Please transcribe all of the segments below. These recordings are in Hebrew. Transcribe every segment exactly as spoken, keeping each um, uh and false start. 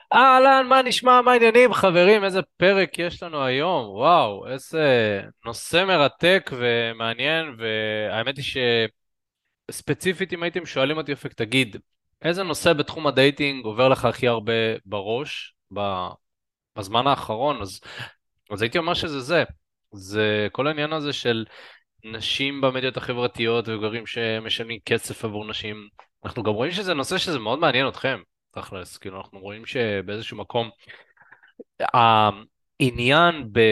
אהלן, מה נשמע, מה העניינים, חברים? איזה פרק יש לנו היום, וואו, איזה נושא מרתק ומעניין, והאמת היא שספציפית אם הייתם שואלים אותי, אופק, תגיד, איזה נושא בתחום הדייטינג עובר לך הכי הרבה בראש ב- בזמן האחרון, אז, אז הייתי אומר שזה זה, זה כל העניין הזה של נשים במדיות החברתיות וגברים שמשלמים כסף עבור נשים. אנחנו גם רואים שזה נושא שזה מאוד מעניין אתכם, תכלס, כאילו אנחנו רואים שבאיזשהו מקום העניין ב...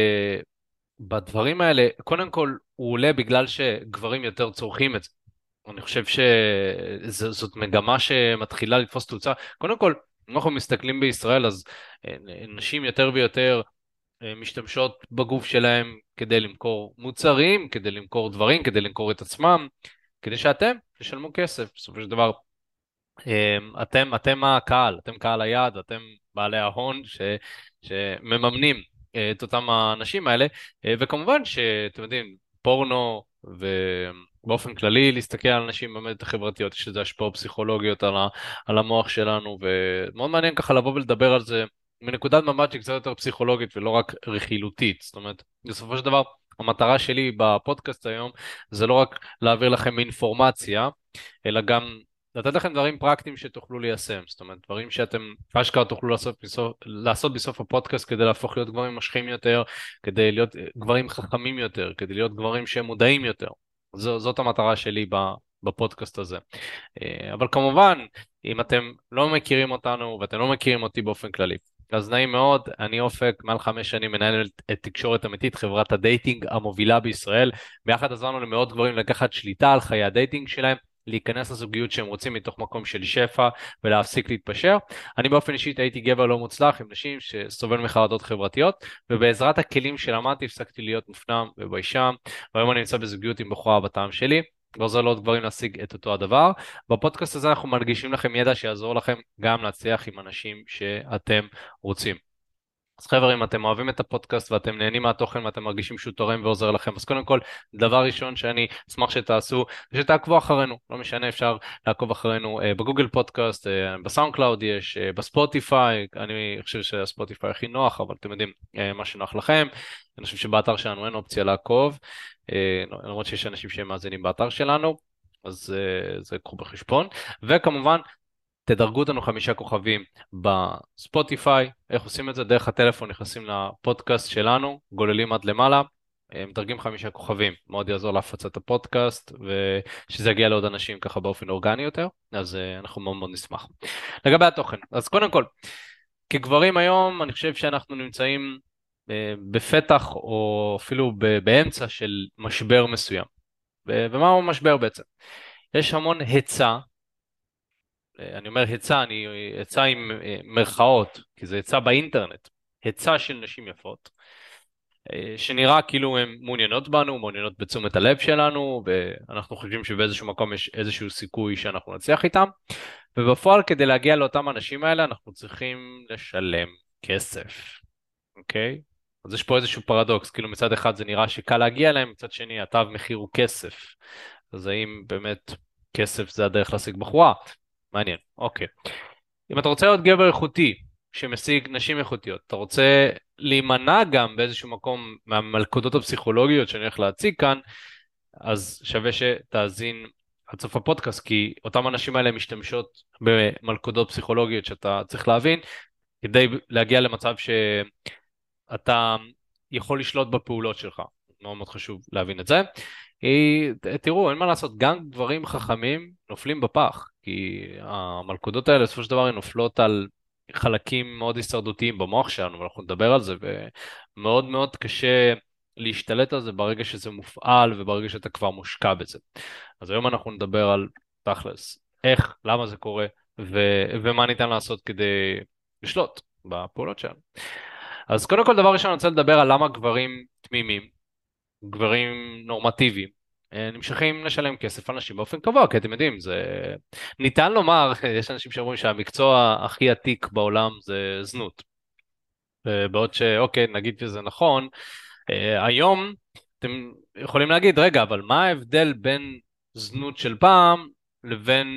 בדברים האלה, קודם כל, הוא עולה בגלל שגברים יותר צורכים את זה. אני חושב שזאת מגמה שמתחילה לתפוס תאוצה. קודם כל, אם אנחנו מסתכלים בישראל, אז אה, נשים יותר ויותר אה, משתמשות בגוף שלהם כדי למכור מוצרים, כדי למכור דברים, כדי למכור את עצמם, כדי שאתם תשלמו כסף. בסופו של דבר, אמ, אתם, אתם הקהל, אתם קהל היעד, אתם בעלי ההון ש, שמממנים אה, את אותם האנשים האלה, אה, וכמובן שאתם יודעים, פורנו ובאופן כללי להסתכל על אנשים במדיות החברתיות, יש לזה השפעות פסיכולוגיות על, ה, על המוח שלנו, ומאוד מעניין ככה לבוא ולדבר על זה מנקודת מבט שהיא קצת יותר פסיכולוגית ולא רק רכילותית. זאת אומרת, בסופו של דבר, המטרה שלי בפודקאסט היום זה לא רק להעביר לכם אינפורמציה, אלא גם לתת לכם דברים פרקטיים שתוכלו ליישם, זאת אומרת, דברים שאתם אשכרה תוכלו לעשות בסוף, לעשות בסוף הפודקאסט כדי להפוך להיות גברים משכים יותר, כדי להיות אה, גברים חכמים יותר, כדי להיות גברים שהם מודעים יותר. זו, זאת המטרה שלי ב- בפודקאסט הזה. אה, אבל כמובן, אם אתם לא מכירים אותנו ואתם לא מכירים אותי באופן כללי, אז נעים מאוד, אני אופק, מעל חמש שנים מנהל את תקשורת אמיתית, חברת הדייטינג המובילה בישראל. ביחד עזרנו למאות גברים לקחת שליטה על חיי הדייטינג שלהם, להיכנס לזוגיות שהם רוצים מתוך מקום של שפע ולהפסיק להתפשר. אני באופן אישית הייתי גבר לא מוצלח עם נשים שסובל מחרדות חברתיות, ובעזרת הכלים שלמדתי הפסקתי להיות מופנם וביישן, והיום אני נמצא בזוגיות עם בחורה בטעם שלי, ועוזר לעוד גברים להשיג את אותו הדבר. בפודקאסט הזה אנחנו מנגישים לכם ידע שיעזור לכם גם להצליח עם אנשים שאתם רוצים. אז חבר'ה, אם אתם אוהבים את הפודקאסט ואתם נהנים מהתוכן ואתם מרגישים שהוא תורם ועוזר לכם, אז קודם כל, דבר ראשון שאני אשמח שתעשו, זה שתעקבו אחרינו. לא משנה, אפשר לעקוב אחרינו אה, בגוגל פודקאסט, אה, בסאונד קלאוד יש, אה, בספוטיפיי, אני חושב שהספוטיפיי הכי נוח, אבל אתם יודעים, אה, מה שנוח לכם. אני חושב שבאתר שלנו אין אופציה לעקוב, אה, למרות שיש אנשים שהם מאזינים באתר שלנו, אז אה, זה קחו בחשבון. וכמובן, תדרגו אותנו חמישה כוכבים בספוטיפיי. איך עושים את זה? דרך הטלפון נכנסים לפודקאסט שלנו, גוללים עד למעלה, אה, מדרגים חמישה כוכבים, מאוד יעזור להפצת הפודקאסט ושזה יגיע לעוד אנשים ככה באופן אורגני יותר, אז אה, אנחנו מאוד מאוד נשמח. לגבי התוכן, אז קודם כל, כגברים היום אני חושב שאנחנו נמצאים אה, בפתח או אפילו ב- באמצע של משבר מסוים. ו- ומהו המשבר בעצם? יש המון היצע, אני אומר היצע, אני היצע עם אה, מרכאות, כי זה היצע באינטרנט, היצע של נשים יפות, אה, שנראה כאילו הן מעוניינות בנו, מעוניינות בתשומת הלב שלנו, ואנחנו חושבים שבאיזשהו מקום יש איזשהו סיכוי שאנחנו נצליח איתם, ובפועל כדי להגיע לאותם אנשים האלה אנחנו צריכים לשלם כסף, אוקיי? אז יש פה איזשהו פרדוקס, כאילו מצד אחד זה נראה שקל להגיע אליהם, מצד שני התו מחיר הוא כסף, אז האם באמת כסף זה הדרך להשיג בחורה? מעניין, אוקיי. אם אתה רוצה להיות גבר איכותי שמשיג נשים איכותיות, אתה רוצה להימנע גם באיזשהו מקום מהמלכודות הפסיכולוגיות שאני הולך להציג כאן, אז שווה שתאזין עד סוף הפודקאסט, כי אותם אנשים האלה משתמשות במלכודות פסיכולוגיות שאתה צריך להבין, כדי להגיע למצב שאתה יכול לשלוט בפעולות שלך. מאוד מאוד חשוב להבין את זה. היא, תראו, אין מה לעשות, גם דברים חכמים נופלים בפח, כי המלכודות האלה בסופו של דבר הן נופלות על חלקים מאוד הישרדותיים במוח שלנו, ואנחנו נדבר על זה, ומאוד מאוד קשה להשתלט על זה ברגע שזה מופעל וברגע שאתה כבר מושקע בזה. אז היום אנחנו נדבר על תכלס, איך, למה זה קורה, ו, ומה ניתן לעשות כדי לשלוט בפעולות שלנו. אז קודם כל, דבר ראשון, אני רוצה לדבר על למה גברים תמימים, גברים נורמטיביים, אה, נמשכים לשלם כסף על נשים באופן קבוע, כי אתם יודעים, זה ניתן לומר, יש אנשים שאומרים שהמקצוע הכי עתיק בעולם זה זנות. אה, בעוד שאוקיי, נגיד שזה נכון, אה, היום אתם יכולים להגיד, רגע, אבל מה ההבדל בין זנות של פעם לבין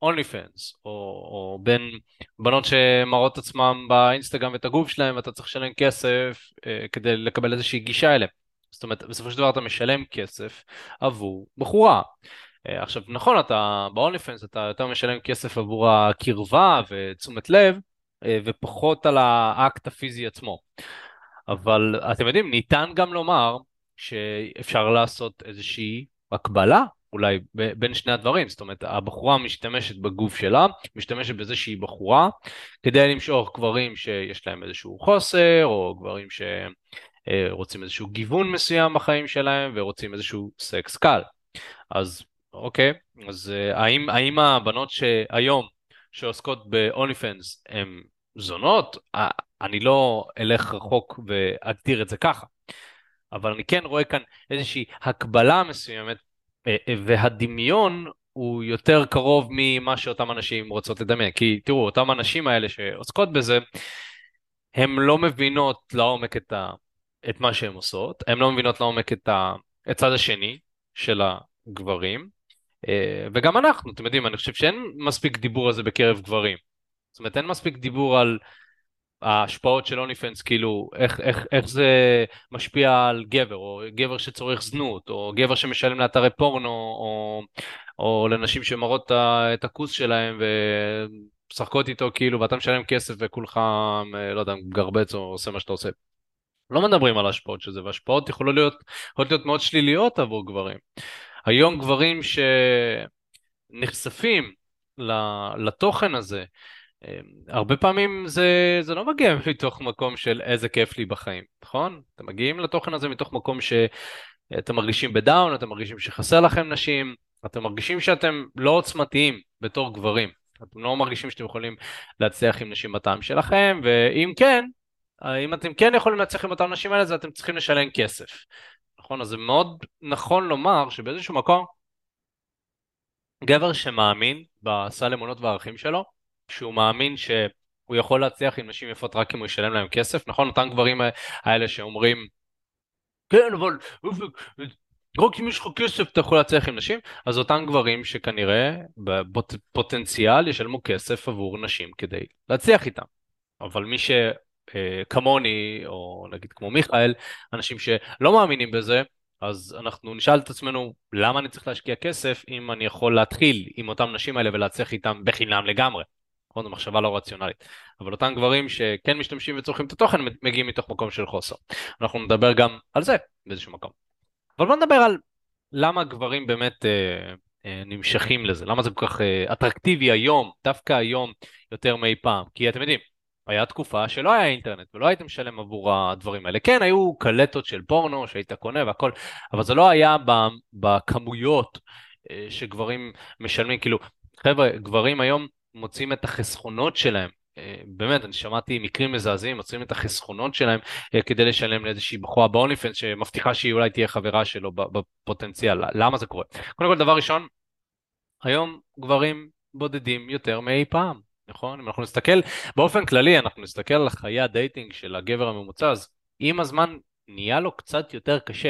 OnlyFans, או, או בין בנות שמראות עצמם באינסטגרם ואת הגוף שלהם, ואתה צריך לשלם כסף אה, כדי לקבל איזושהי גישה אליהם. זאת אומרת, בסופו של דבר אתה משלם כסף עבור בחורה. אה, עכשיו, נכון, אתה ב-OnlyFans אתה יותר משלם כסף עבור הקרבה ותשומת לב, אה, ופחות על האקט הפיזי עצמו. אבל אתם יודעים, ניתן גם לומר שאפשר לעשות איזושהי הקבלה, אולי ב- בין שני הדברים. זאת אומרת, הבחורה משתמשת בגוף שלה, משתמשת בזה שהיא בחורה, כדי למשוך גברים שיש להם איזשהו חוסר, או גברים שרוצים איזשהו גיוון מסוים בחיים שלהם, ורוצים איזשהו סקס קל. אז אוקיי, אז אה, האם, האם הבנות שהיום שעוסקות ב-OnlyFans הן זונות? אה, אני לא אלך רחוק ואגדיר את זה ככה, אבל אני כן רואה כאן איזושהי הקבלה מסוימת, אה, אה, והדמיון הוא יותר קרוב ממה שאותם אנשים רוצות לדמיין. כי תראו, אותם אנשים האלה שעוסקות בזה, הן לא מבינות לעומק את ה, את מה שהן עושות, הן לא מבינות לעומק את ה, את הצד השני של הגברים, אה, וגם אנחנו, אתם יודעים, אני חושב שאין מספיק דיבור על זה בקרב גברים. זאת אומרת, אין מספיק דיבור על ההשפעות של אוניפנס, כאילו, איך, איך, איך זה משפיע על גבר, או גבר שצורך זנות, או גבר שמשלם לאתרי פורנו, או, או לנשים שמראות את ה- את הכוס שלהם ומשחקות איתו, כאילו, ואתה משלם כסף וכולך, אה, לא יודע, גרבץ או עושה מה שאתה עושה. לא מדברים על ההשפעות של זה, והשפעות יכולות להיות, יכולות להיות מאוד שליליות עבור גברים. היום גברים שנחשפים לתוכן הזה, הרבה פעמים זה, זה לא מגיע מתוך מקום של איזה כיף לי בחיים, נכון? אתם מגיעים לתוכן הזה מתוך מקום שאתם מרגישים בדאון, אתם מרגישים שחסר לכם נשים, אתם מרגישים שאתם לא עוצמתיים בתור גברים, אתם לא מרגישים שאתם יכולים להצליח עם נשים בטעם שלכם, ואם כן, אם אתם כן יכולים להצליח עם אותם נשים האלה, אז אתם צריכים לשלם כסף. נכון? אז זה מאוד נכון לומר שבאיזשהו מקום, גבר שמאמין בסל אמונות והערכים שלו, שהוא מאמין שהוא יכול להצליח עם נשים יפות רק אם הוא ישלם להם כסף, נכון? אותם גברים האלה שאומרים, כן, אבל רק אם יש לך כסף אתה יכול להצליח עם נשים, אז אותם גברים שכנראה בפוטנציאל ישלמו כסף עבור נשים כדי להצליח איתם. אבל מי שכמוני, או נגיד כמו מיכאל, אנשים שלא מאמינים בזה, אז אנחנו נשאל את עצמנו, למה אני צריך להשקיע כסף אם אני יכול להתחיל עם אותם נשים האלה ולהצליח איתם בחינם לגמרי? נכון, זו מחשבה לא רציונלית. אבל אותם גברים שכן משתמשים וצורכים את התוכן, מגיעים מתוך מקום של חוסר. אנחנו נדבר גם על זה באיזשהו מקום. אבל בוא נדבר על למה גברים באמת אה, אה, נמשכים לזה, למה זה כל כך אה, אטרקטיבי היום, דווקא היום יותר מאי פעם. כי אתם יודעים, היה תקופה שלא היה אינטרנט ולא הייתם משלם עבור הדברים האלה. כן, היו קלטות של פורנו שהיית קונה והכל, אבל זה לא היה ב- בכמויות אה, שגברים משלמים. כאילו, חבר'ה, גברים היום מוצאים את החסכונות שלהם. אה, באמת, אני שמעתי מקרים מזעזעים, מוצאים את החסכונות שלהם אה, כדי לשלם לאיזושהי בחורה באוניפנס שמבטיחה שהיא אולי תהיה חברה שלו בפוטנציאל. למה זה קורה? קודם כל, דבר ראשון, היום גברים בודדים יותר מאי פעם, נכון? אם אנחנו נסתכל באופן כללי, אנחנו נסתכל על חיי הדייטינג של הגבר הממוצע, אז עם הזמן נהיה לו קצת יותר קשה,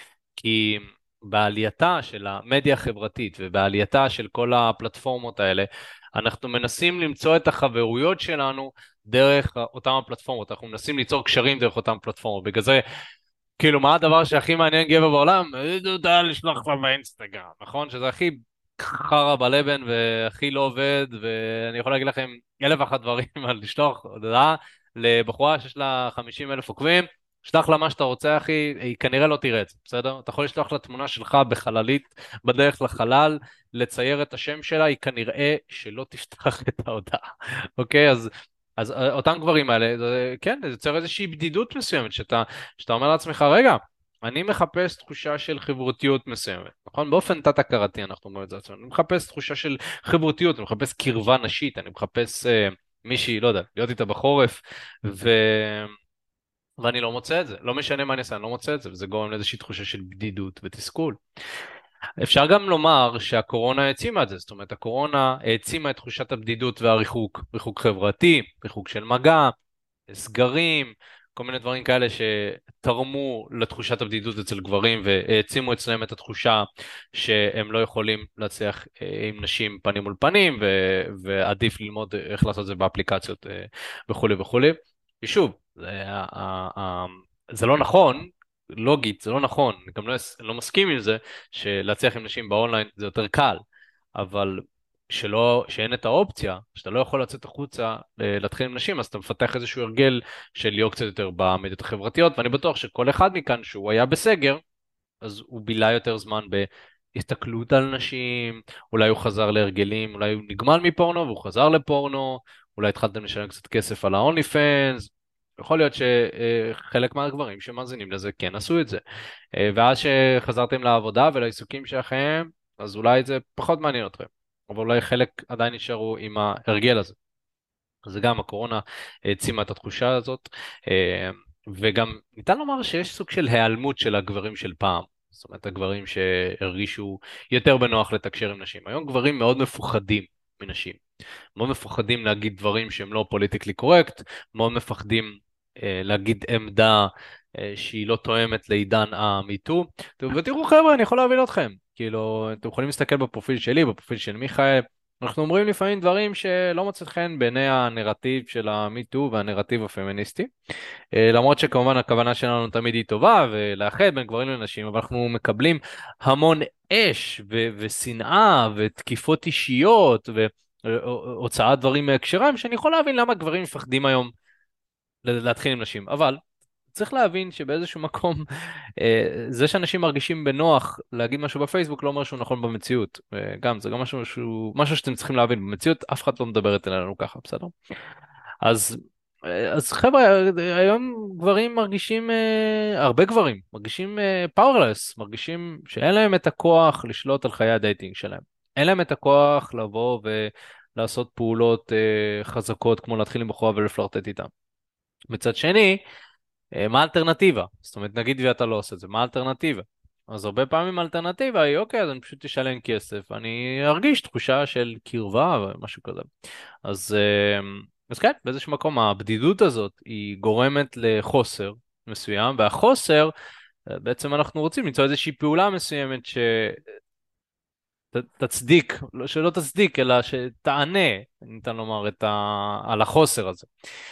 כי בעלייתה של המדיה החברתית ובעלייתה של כל הפלטפורמות האלה, אנחנו מנסים למצוא את החברויות שלנו דרך אותם הפלטפורמות, אנחנו מנסים ליצור קשרים דרך אותם פלטפורמות, בגלל זה כאילו, מה הדבר שהכי מעניין גבר בעולם? יודע לשלוח לך באינסטגרם, נכון? שזה הכי חרא בלבן והכי לא עובד, ואני יכול להגיד לכם אלף ואחת דברים על לשלוח הודעה לבחורה שיש לה חמישים אלף עוקבים, שלח לה מה שאתה רוצה, אחי, היא כנראה לא תראה את זה, בסדר? אתה יכול לשלוח לה תמונה שלך בחללית בדרך לחלל, לצייר את השם שלה, היא כנראה שלא תפתח את ההודעה, אוקיי? אז אז אה, אותם גברים האלה, זה, כן, זה יוצר איזושהי בדידות מסוימת, שאתה, שאתה אומר לעצמך, רגע, אני מחפש תחושה של חברותיות מסוימת, נכון? באופן תת-הכרתי אנחנו אומרים את זה לעצמנו, אני מחפש תחושה של חברותיות, אני מחפש קרבה נשית, אני מחפש אה, מישהי, לא יודע, להיות איתה בחורף, ו... ואני לא מוצא את זה, לא משנה מה אני אעשה, אני לא מוצא את זה, וזה גורם לאיזושהי תחושה של בדידות ותסכול. אפשר גם לומר שהקורונה העצימה את זה, זאת אומרת, הקורונה העצימה את תחושת הבדידות והריחוק, ריחוק חברתי, ריחוק של מגע, סגרים, כל מיני דברים כאלה שתרמו לתחושת הבדידות אצל גברים והעצימו אצלם את התחושה שהם לא יכולים להצליח אה, עם נשים פנים מול פנים ו- ועדיף ללמוד איך לעשות את זה באפליקציות אה, וכולי וכולי. ושוב, זה, ה- ה- ה- זה לא נכון, לוגית זה לא נכון, אני גם לא, לא מסכים עם זה שלהצליח עם נשים באונליין זה יותר קל, אבל שלא, שאין את האופציה, שאתה לא יכול לצאת החוצה אה, להתחיל עם נשים, אז אתה מפתח איזשהו הרגל של להיות קצת יותר במדיות החברתיות, ואני בטוח שכל אחד מכאן שהוא היה בסגר, אז הוא בילה יותר זמן בהסתכלות על נשים, אולי הוא חזר להרגלים, אולי הוא נגמל מפורנו והוא חזר לפורנו, אולי התחלתם לשלם קצת כסף על ההוני פנס, יכול להיות שחלק מהגברים שמאזינים לזה כן עשו את זה. אה, ואז שחזרתם לעבודה ולעיסוקים שלכם, אז אולי זה פחות מעניין אתכם, אבל אולי חלק עדיין נשארו עם ההרגל הזה. אז גם הקורונה העצימה את התחושה הזאת, אה, וגם ניתן לומר שיש סוג של היעלמות של הגברים של פעם. זאת אומרת, הגברים שהרגישו יותר בנוח לתקשר עם נשים. היום גברים מאוד מפוחדים מנשים. מאוד מפוחדים להגיד דברים שהם לא פוליטיקלי קורקט, מאוד מפחדים אה, להגיד עמדה אה, שהיא לא תואמת לעידן המיטו. ותראו חבר'ה, אני יכול להבין אתכם. כאילו, אתם יכולים להסתכל בפרופיל שלי, בפרופיל של מיכאל, אנחנו אומרים לפעמים דברים שלא מוצאת חן בעיני הנרטיב של המיטו והנרטיב הפמיניסטי. אה, למרות שכמובן הכוונה שלנו תמיד היא טובה ולאחד בין גברים לנשים, אבל אנחנו מקבלים המון אש ו- ושנאה ותקיפות אישיות והוצאת דברים מהקשרם, שאני יכול להבין למה גברים מפחדים היום להתחיל עם נשים, אבל צריך להבין שבאיזשהו מקום אה, זה שאנשים מרגישים בנוח להגיד משהו בפייסבוק לא אומר שהוא נכון במציאות. גם זה גם משהו שהוא משהו שאתם צריכים להבין, במציאות אף אחד לא מדברת אלינו ככה, בסדר? אז, אז חבר'ה, היום גברים מרגישים, אה, הרבה גברים מרגישים פאורלס, מרגישים שאין להם את הכוח לשלוט על חיי הדייטינג שלהם. אין להם את הכוח לבוא ולעשות פעולות אה, חזקות כמו להתחיל עם בחורה ולפלרטט איתם. מצד שני, אה, מה האלטרנטיבה? זאת אומרת, נגיד ואתה לא עושה את זה, מה האלטרנטיבה? אז הרבה פעמים האלטרנטיבה היא, אוקיי, אז אני פשוט אשלם כסף, אני ארגיש תחושה של קרבה ומשהו כזה. אז, אה, אז כן, באיזשהו מקום הבדידות הזאת היא גורמת לחוסר מסוים, והחוסר, אה, בעצם אנחנו רוצים למצוא איזושהי פעולה מסוימת שתצדיק, שלא תצדיק, אלא שתענה, ניתן לומר, את ה... על החוסר הזה.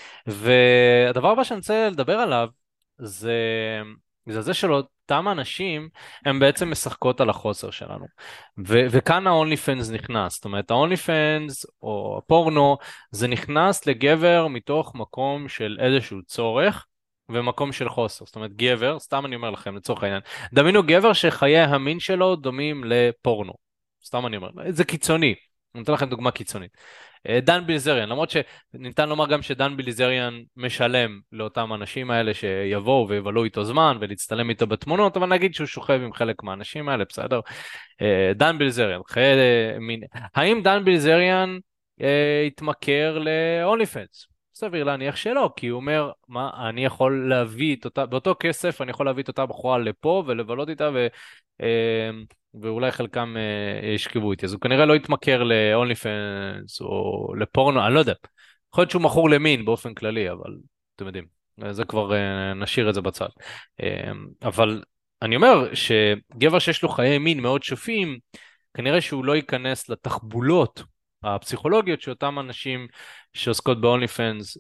והדבר הבא שאני רוצה לדבר עליו זה, זה זה של אותם אנשים, הם בעצם משחקות על החוסר שלנו. ו- וכאן ה-only fans נכנס, זאת אומרת ה-only fans או הפורנו, זה נכנס לגבר מתוך מקום של איזשהו צורך, ומקום של חוסר. זאת אומרת גבר, סתם אני אומר לכם לצורך העניין, דמיינו גבר שחיי המין שלו דומים לפורנו. סתם אני אומר, זה קיצוני, אני נותן לכם דוגמה קיצונית. אה, דן ביליזריאן, למרות שניתן לומר גם שדן ביליזריאן משלם לאותם אנשים האלה שיבואו ויבלו איתו זמן ולהצטלם איתו בתמונות, אבל נגיד שהוא שוכב עם חלק מהאנשים האלה, בסדר? אה, דן ביליזריאן, חיי, אה, מין... האם דן ביליזריאן אה, התמכר ל-אונלי פנס? סביר להניח שלא, כי הוא אומר, מה, אני יכול להביא את אותה, באותו כסף אני יכול להביא את אותה בחורה לפה ולבלות איתה ו... אה, ואולי חלקם אה, ישכבו איתי, אז הוא כנראה לא יתמכר ל-אונלי פנס או לפורנו, אני לא יודע. יכול להיות שהוא מכור למין באופן כללי, אבל אתם יודעים, זה כבר אה, נשאיר את זה בצד. אה, אבל אני אומר שגבר שיש לו חיי מין מאוד שופים, כנראה שהוא לא ייכנס לתחבולות הפסיכולוגיות שאותם אנשים שעוסקות ב-אונלי פנס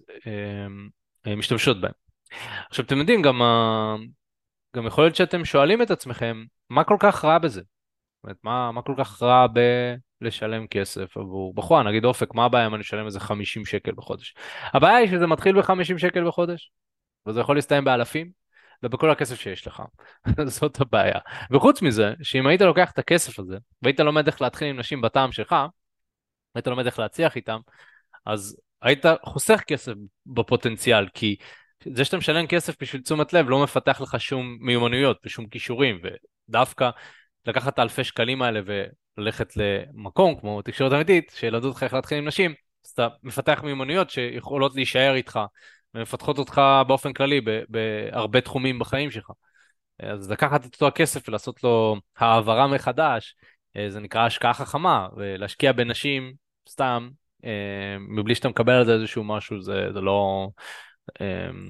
משתמשות בהם. עכשיו אתם יודעים, גם, ה... גם יכול להיות שאתם שואלים את עצמכם, מה כל כך רע בזה? זאת אומרת, מה, מה כל כך רע בלשלם כסף עבור בחורה? נגיד אופק, מה הבעיה אם אני אשלם איזה חמישים שקל בחודש? הבעיה היא שזה מתחיל ב-חמישים שקל בחודש, וזה יכול להסתיים באלפים, ובכל הכסף שיש לך. זאת הבעיה. וחוץ מזה, שאם היית לוקח את הכסף הזה, והיית לומד איך להתחיל עם נשים בטעם שלך, היית לומד איך להצליח איתם, אז היית חוסך כסף בפוטנציאל, כי זה שאתה משלם כסף בשביל תשומת לב לא מפתח לך שום מיומנויות ושום כישורים, ודווקא לקחת את האלפי שקלים האלה וללכת למקום כמו תקשורת אמיתית, שילמדו אותך איך להתחיל עם נשים, אז אתה מפתח מיומנויות שיכולות להישאר איתך, ומפתחות אותך באופן כללי ב- בהרבה תחומים בחיים שלך. אז לקחת את אותו הכסף ולעשות לו העברה מחדש, אה, זה נקרא השקעה חכמה, ולהשקיע בנשים סתם, אה, מבלי שאתה מקבל על זה איזשהו משהו, זה, זה לא, אה,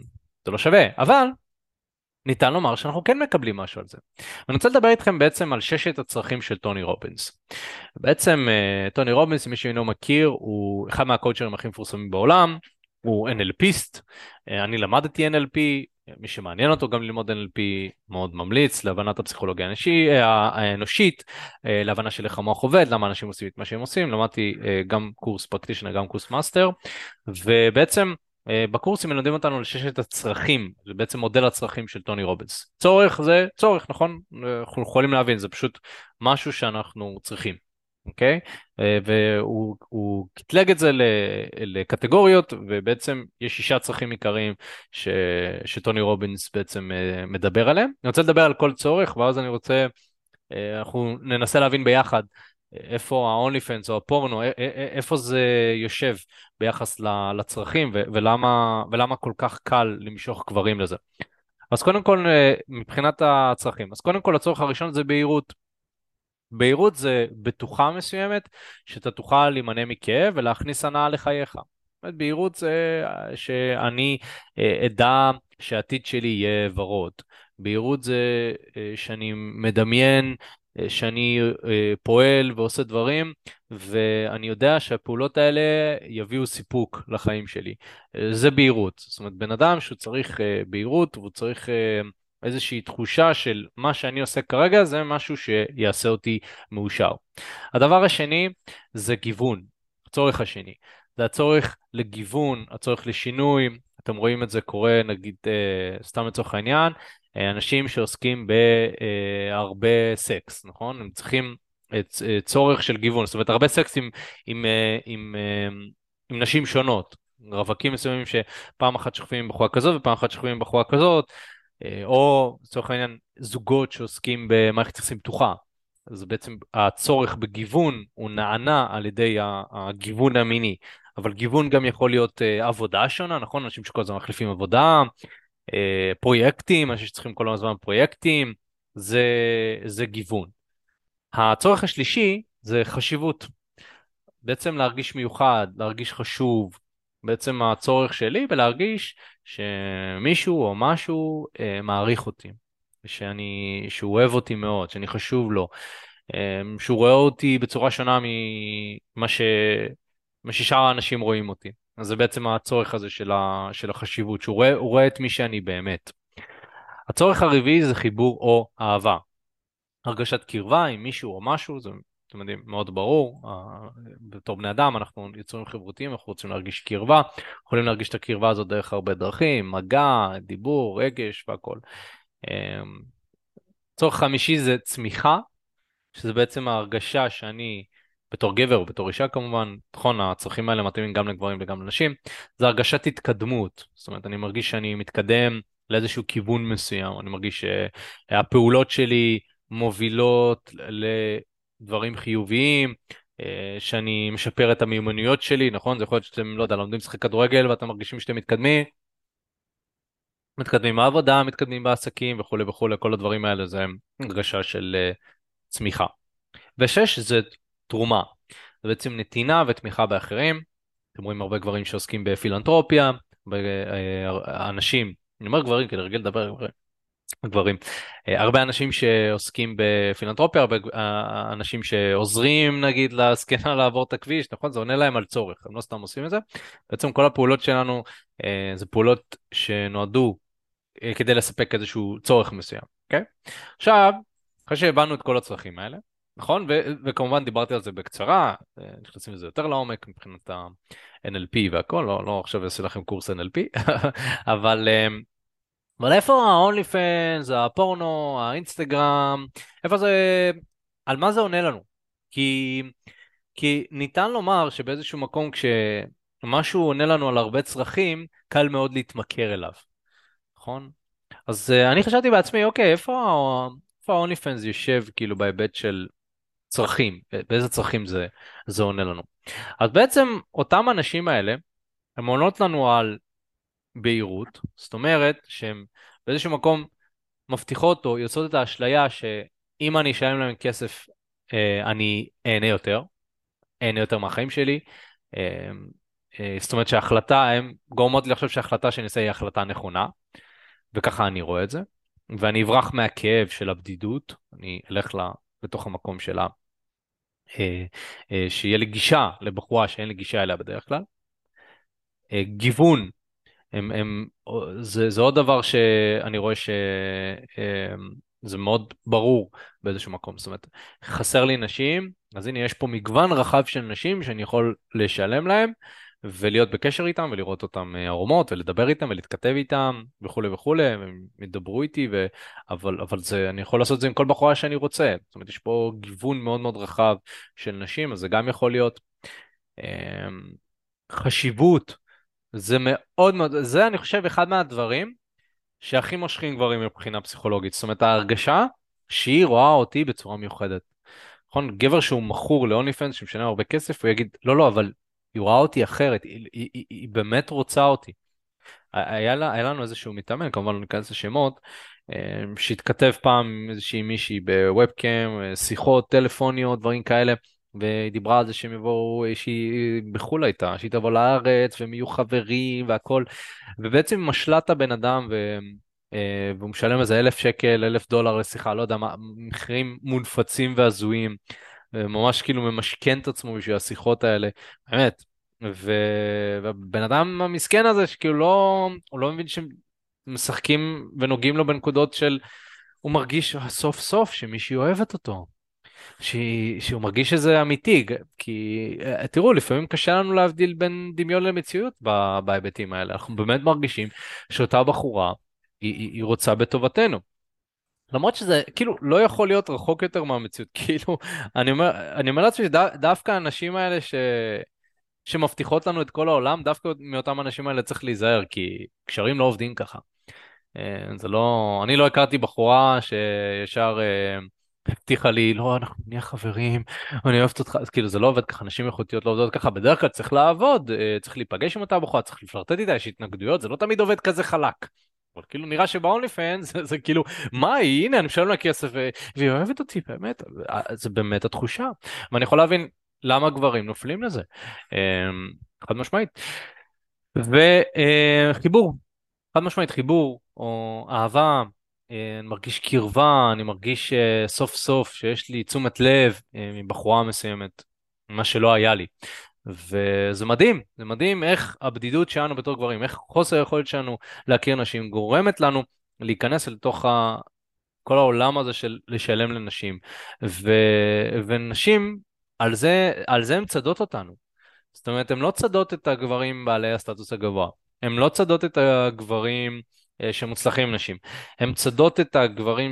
זה לא שווה, אבל ניתן לומר שאנחנו כן מקבלים משהו על זה. ואני רוצה לדבר איתכם בעצם על ששת הצרכים של טוני רובינס. בעצם אה, טוני רובינס, מי שאינו מכיר, הוא אחד מהקואוצ'רים הכי מפורסמים בעולם, הוא אן אל פיסט, אה, אני למדתי אן אל פי, מי שמעניין אותו גם ללמוד אן אל פי מאוד ממליץ להבנת הפסיכולוגיה האנושי, אה, האנושית, אה, להבנה של איך המוח עובד, למה אנשים עושים את מה שהם עושים, למדתי אה, גם קורס פרקטישנר, גם קורס מאסטר, ובעצם אה, בקורסים מלמדים אותנו לששת הצרכים, זה בעצם מודל הצרכים של טוני רובינס. צורך זה צורך, נכון? אנחנו יכולים להבין, זה פשוט משהו שאנחנו צריכים. אוקיי? אה, והוא הוא קטלג את זה ל- לקטגוריות, ובעצם יש שישה צרכים עיקריים ש, שטוני רובינס בעצם אה, מדבר עליהם. אני רוצה לדבר על כל צורך, ואז אני רוצה, אה, אנחנו ננסה להבין ביחד אה, איפה ה-only fans או הפורנו, א- א- א- איפה זה יושב ביחס ל- לצרכים, ו- ולמה, ולמה כל כך קל למשוך גברים לזה. אז קודם כל, אה, מבחינת הצרכים, אז קודם כל הצורך הראשון זה בהירות. בהירות זה בטוחה מסוימת, שאתה תוכל להימנע מכאב ולהכניס הנאה לחייך. זאת אומרת, בהירות זה אה, שאני אה, אדע שהעתיד שלי יהיה ורוד. בהירות זה אה, שאני מדמיין, אה, שאני אה, פועל ועושה דברים, ואני יודע שהפעולות האלה יביאו סיפוק לחיים שלי. אה, זה בהירות. זאת אומרת, בן אדם שהוא צריך אה, בהירות, והוא צריך אה, איזושהי תחושה של מה שאני עושה כרגע, זה משהו שיעשה אותי מאושר. הדבר השני זה גיוון, הצורך השני. זה הצורך לגיוון, הצורך לשינוי, אתם רואים את זה קורה נגיד, אה, סתם לצורך העניין, אה, אנשים שעוסקים בהרבה סקס, נכון? הם צריכים אה, צ- אה, צורך של גיוון, זאת אומרת הרבה סקס עם, עם, אה, עם, אה, עם נשים שונות, רווקים מסוימים שפעם אחת שוכבים עם בחורה כזאת ופעם אחת שוכבים עם בחורה כזאת, אה, או לצורך העניין זוגות שעוסקים במערכת יחסים פתוחה. אז בעצם הצורך בגיוון הוא נענה על ידי ה- הגיוון המיני, אבל גיוון גם יכול להיות אה, עבודה שונה, נכון? אנשים שכל הזמן מחליפים עבודה, אה, פרויקטים, אנשים שצריכים כל הזמן פרויקטים, זה, זה גיוון. הצורך השלישי זה חשיבות. בעצם להרגיש מיוחד, להרגיש חשוב, בעצם הצורך שלי בלהרגיש שמישהו או משהו אה, מעריך אותי, שאני, שהוא אוהב אותי מאוד, שאני חשוב לו, אה, שהוא רואה אותי בצורה שונה ממה ש... מה ששאר האנשים רואים אותי. אז זה בעצם הצורך הזה של, ה... של החשיבות, שהוא רואה, הוא רואה את מי שאני באמת. הצורך הרביעי זה חיבור או אהבה. הרגשת קרבה עם מישהו או משהו, זה, אתם יודעים, מאוד ברור. אה, בתור בני אדם אנחנו יצורים חברותיים, אנחנו רוצים להרגיש קרבה, יכולים להרגיש את הקרבה הזאת דרך הרבה דרכים, מגע, דיבור, רגש והכל. אה, צורך חמישי זה צמיחה, שזה בעצם ההרגשה שאני, בתור גבר או בתור אישה כמובן, נכון, הצרכים האלה מתאימים גם לגברים וגם לנשים, זה הרגשת התקדמות. זאת אומרת, אני מרגיש שאני מתקדם לאיזשהו כיוון מסוים, אני מרגיש שהפעולות שלי מובילות לדברים חיוביים, אה, שאני משפר את המיומנויות שלי, נכון? זה יכול להיות שאתם, לא יודע, לומדים לשחק כדורגל ואתם מרגישים שאתם מתקדמים, מתקדמים בעבודה, מתקדמים בעסקים וכולי וכולי, כל הדברים האלה זה הרגשה של אה, צמיחה. ושש זה תרומה, זה בעצם נתינה ותמיכה באחרים. אתם רואים הרבה גברים שעוסקים בפילנטרופיה, אנשים, אני אומר גברים כי לרגל לדבר על גברים, אה, הרבה אנשים שעוסקים בפילנטרופיה, הרבה אה, אנשים שעוזרים נגיד לזקנה לעבור את הכביש, נכון? זה עונה להם על צורך, הם לא סתם עושים את זה. בעצם כל הפעולות שלנו אה, זה פעולות שנועדו אה, כדי לספק איזשהו צורך מסוים, אוקיי? עכשיו, אחרי שהבנו את כל הצרכים האלה, נכון? ו- וכמובן דיברתי על זה בקצרה, אה, נכנסים לזה יותר לעומק מבחינת ה-אן אל פי והכל, לא, לא עכשיו אעשה לכם קורס אן אל פי, אבל, אה, אבל איפה ה-only fans, הפורנו, האינסטגרם, איפה זה, על מה זה עונה לנו? כי, כי ניתן לומר שבאיזשהו מקום כשמשהו עונה לנו על הרבה צרכים, קל מאוד להתמכר אליו, נכון? אז uh, אני חשבתי בעצמי, אוקיי, איפה, ה- איפה ה-OnlyFans יושב כאילו בהיבט של צרכים, באיזה צרכים זה, זה עונה לנו. אז בעצם אותם אנשים האלה, הם עונות לנו על בהירות, זאת אומרת שהם באיזשהו מקום מבטיחות או יוצאות את האשליה שאם אני אשלם להם כסף, uh, אני אהנה יותר, אהנה יותר מהחיים שלי, uh, אה, זאת אומרת שההחלטה, הן גורמות לי לחשוב שההחלטה שאני אעשה היא החלטה נכונה, וככה אני רואה את זה, ואני אברח מהכאב של הבדידות, אני אלך לה, לתוך המקום שלה, אה, אה, שיהיה לי גישה לבחורה שאין לי גישה אליה בדרך כלל. אה, גיוון, הם, הם, זה, זה עוד דבר שאני רואה שזה מאוד ברור באיזשהו מקום. זאת אומרת, חסר לי נשים, אז הנה יש פה מגוון רחב של נשים שאני יכול לשלם להם ולהיות בקשר איתם ולראות אותם ערומות ולדבר איתם ולהתכתב איתם וכולי וכולי, הם ידברו איתי, ו... אבל, אבל זה, אני יכול לעשות את זה עם כל בחורה שאני רוצה. זאת אומרת, יש פה גיוון מאוד מאוד רחב של נשים, אז זה גם יכול להיות אמ, חשיבות. זה מאוד מאוד, זה אני חושב אחד מהדברים שהכי מושכים גברים מבחינה פסיכולוגית. זאת אומרת, ההרגשה שהיא רואה אותי בצורה מיוחדת. נכון? גבר שהוא מכור ל-אונלי פנס שמשלם הרבה כסף, הוא יגיד, לא, לא, אבל היא רואה אותי אחרת, היא, היא, היא, היא באמת רוצה אותי. היה, לה, היה לנו איזשהו מתאמן, כמובן לא ניכנס לשמות, אה, שהתכתב פעם עם איזושהי מישהי בוובקאם, אה, שיחות, טלפוניות, דברים כאלה, והיא דיברה על זה שהם יבואו, שהיא בחולה איתה, שהיא תבוא לארץ, והם יהיו חברים והכל, ובעצם משלה את הבן אדם, ו... אה, והוא משלם איזה אלף שקל, אלף דולר לשיחה, לא יודע מה, מחירים מונפצים והזויים, ממש כאילו ממשכן את עצמו בשביל השיחות האלה, באמת. ו... והבן אדם המסכן הזה, שכאילו לא, הוא לא מבין שמשחקים ונוגעים לו בנקודות של, הוא מרגיש סוף סוף שמישהי אוהבת אותו, ש... שהוא מרגיש שזה אמיתי, כי אה, תראו, לפעמים קשה לנו להבדיל בין דמיון למציאות ב... בהיבטים האלה, אנחנו באמת מרגישים שאותה בחורה, היא, היא היא רוצה בטובתנו. למרות שזה כאילו לא יכול להיות רחוק יותר מהמציאות, כאילו, אני אומר, אני אומר לעצמי שדווקא האנשים האלה ש... שמבטיחות לנו את כל העולם, דווקא מאותם האנשים האלה צריך להיזהר, כי קשרים לא עובדים ככה. אה, זה לא, אני לא הכרתי בחורה שישר אה, הבטיחה לי, לא, אנחנו נהיה חברים, אני אוהבת אותך, אז כאילו זה לא עובד ככה, נשים איכותיות לא עובדות ככה, בדרך כלל צריך לעבוד, אה, צריך להיפגש עם אותה בחורה, צריך לפלרטט איתה, יש התנגדויות, זה לא תמיד עובד כזה חלק. אבל כאילו נראה שבאונלי פנס זה, זה כאילו, מה היא, הנה אני משלם לה כסף ו- והיא אוהבת אותי, באמת, אה, זה באמת התחושה. ואני יכול להבין למה גברים נופלים לזה, אה, חד משמעית. וחיבור, חד משמעית חיבור, או אהבה, אה, אני מרגיש קרבה, אני מרגיש אה, סוף סוף שיש לי תשומת לב אה, מבחורה מסוימת, מה שלא היה לי. וזה מדהים, זה מדהים איך הבדידות שלנו בתור גברים, איך חוסר היכולת שלנו להכיר נשים גורמת לנו להיכנס לתוך ה... כל העולם הזה של לשלם לנשים. ו... ונשים, על זה, על זה הן צדות אותנו. זאת אומרת, הן לא צדות את הגברים בעלי הסטטוס הגבוה. הן לא צדות את הגברים אה, שמוצלחים נשים. הן צדות את הגברים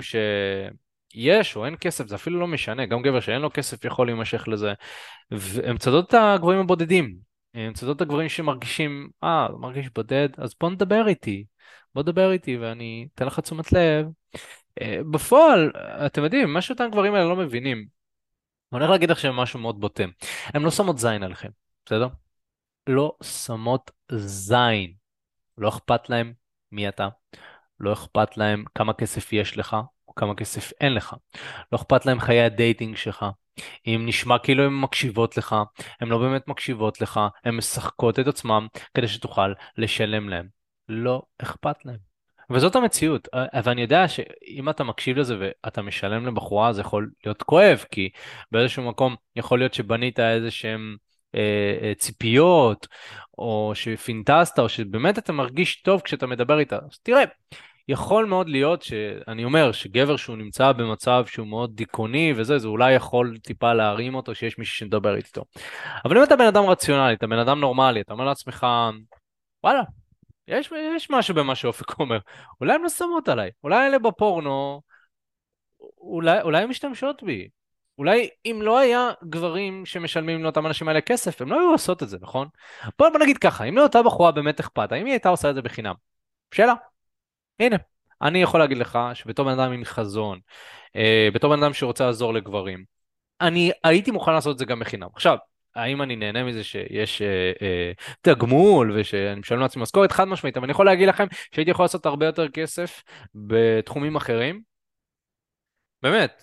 שיש או אין כסף, זה אפילו לא משנה. גם גבר שאין לו כסף יכול להימשך לזה. והן צדות את הגברים הבודדים. הן צדות את הגברים שמרגישים, אה, הוא מרגיש בודד, אז בוא נדבר איתי. בוא נדבר איתי ואני אתן לך תשומת לב. אה, בפועל, אתם יודעים, מה שאותם גברים האלה לא מבינים. אני הולך להגיד לכם משהו מאוד בוטה. הם לא שמות זין עליכם, בסדר? לא שמות זין. לא אכפת להם מי אתה, לא אכפת להם כמה כסף יש לך או כמה כסף אין לך. לא אכפת להם חיי הדייטינג שלך. אם נשמע כאילו הן מקשיבות לך, הן לא באמת מקשיבות לך, הן משחקות את עצמם כדי שתוכל לשלם להם. לא אכפת להם. וזאת המציאות, אה, ואני יודע שאם אתה מקשיב לזה ואתה משלם לבחורה זה יכול להיות כואב, כי באיזשהו מקום יכול להיות שבנית איזה שהם אה, אה, ציפיות, או שפינטסת, או שבאמת אתה מרגיש טוב כשאתה מדבר איתה. אז תראה, יכול מאוד להיות שאני אומר שגבר שהוא נמצא במצב שהוא מאוד דיכאוני וזה, זה אולי יכול טיפה להרים אותו שיש מישהו שמדבר איתו. אבל אם אתה בן אדם רציונלי, אתה בן אדם נורמלי, אתה אומר לעצמך, וואלה, יש, יש משהו במה שאופק אומר, אולי הן לא שמות עליי, אולי אלה בפורנו, אולי, אולי הן משתמשות בי. אולי אם לא היה גברים שמשלמים לאותם אנשים האלה כסף, הם לא היו עושות את זה, נכון? בוא, בוא נגיד ככה, אם לאותה בחורה באמת אכפת, האם היא הייתה עושה את זה בחינם? שאלה. הנה, אני יכול להגיד לך שבתור בן אדם עם חזון, אה, בתור בן אדם שרוצה לעזור לגברים, אני הייתי מוכן לעשות את זה גם בחינם. עכשיו, האם אני נהנה מזה שיש אה, אה, תגמול ושאני משלם לעצמי משכורת? חד משמעית, אבל אני יכול להגיד לכם שהייתי יכול לעשות הרבה יותר כסף בתחומים אחרים. באמת,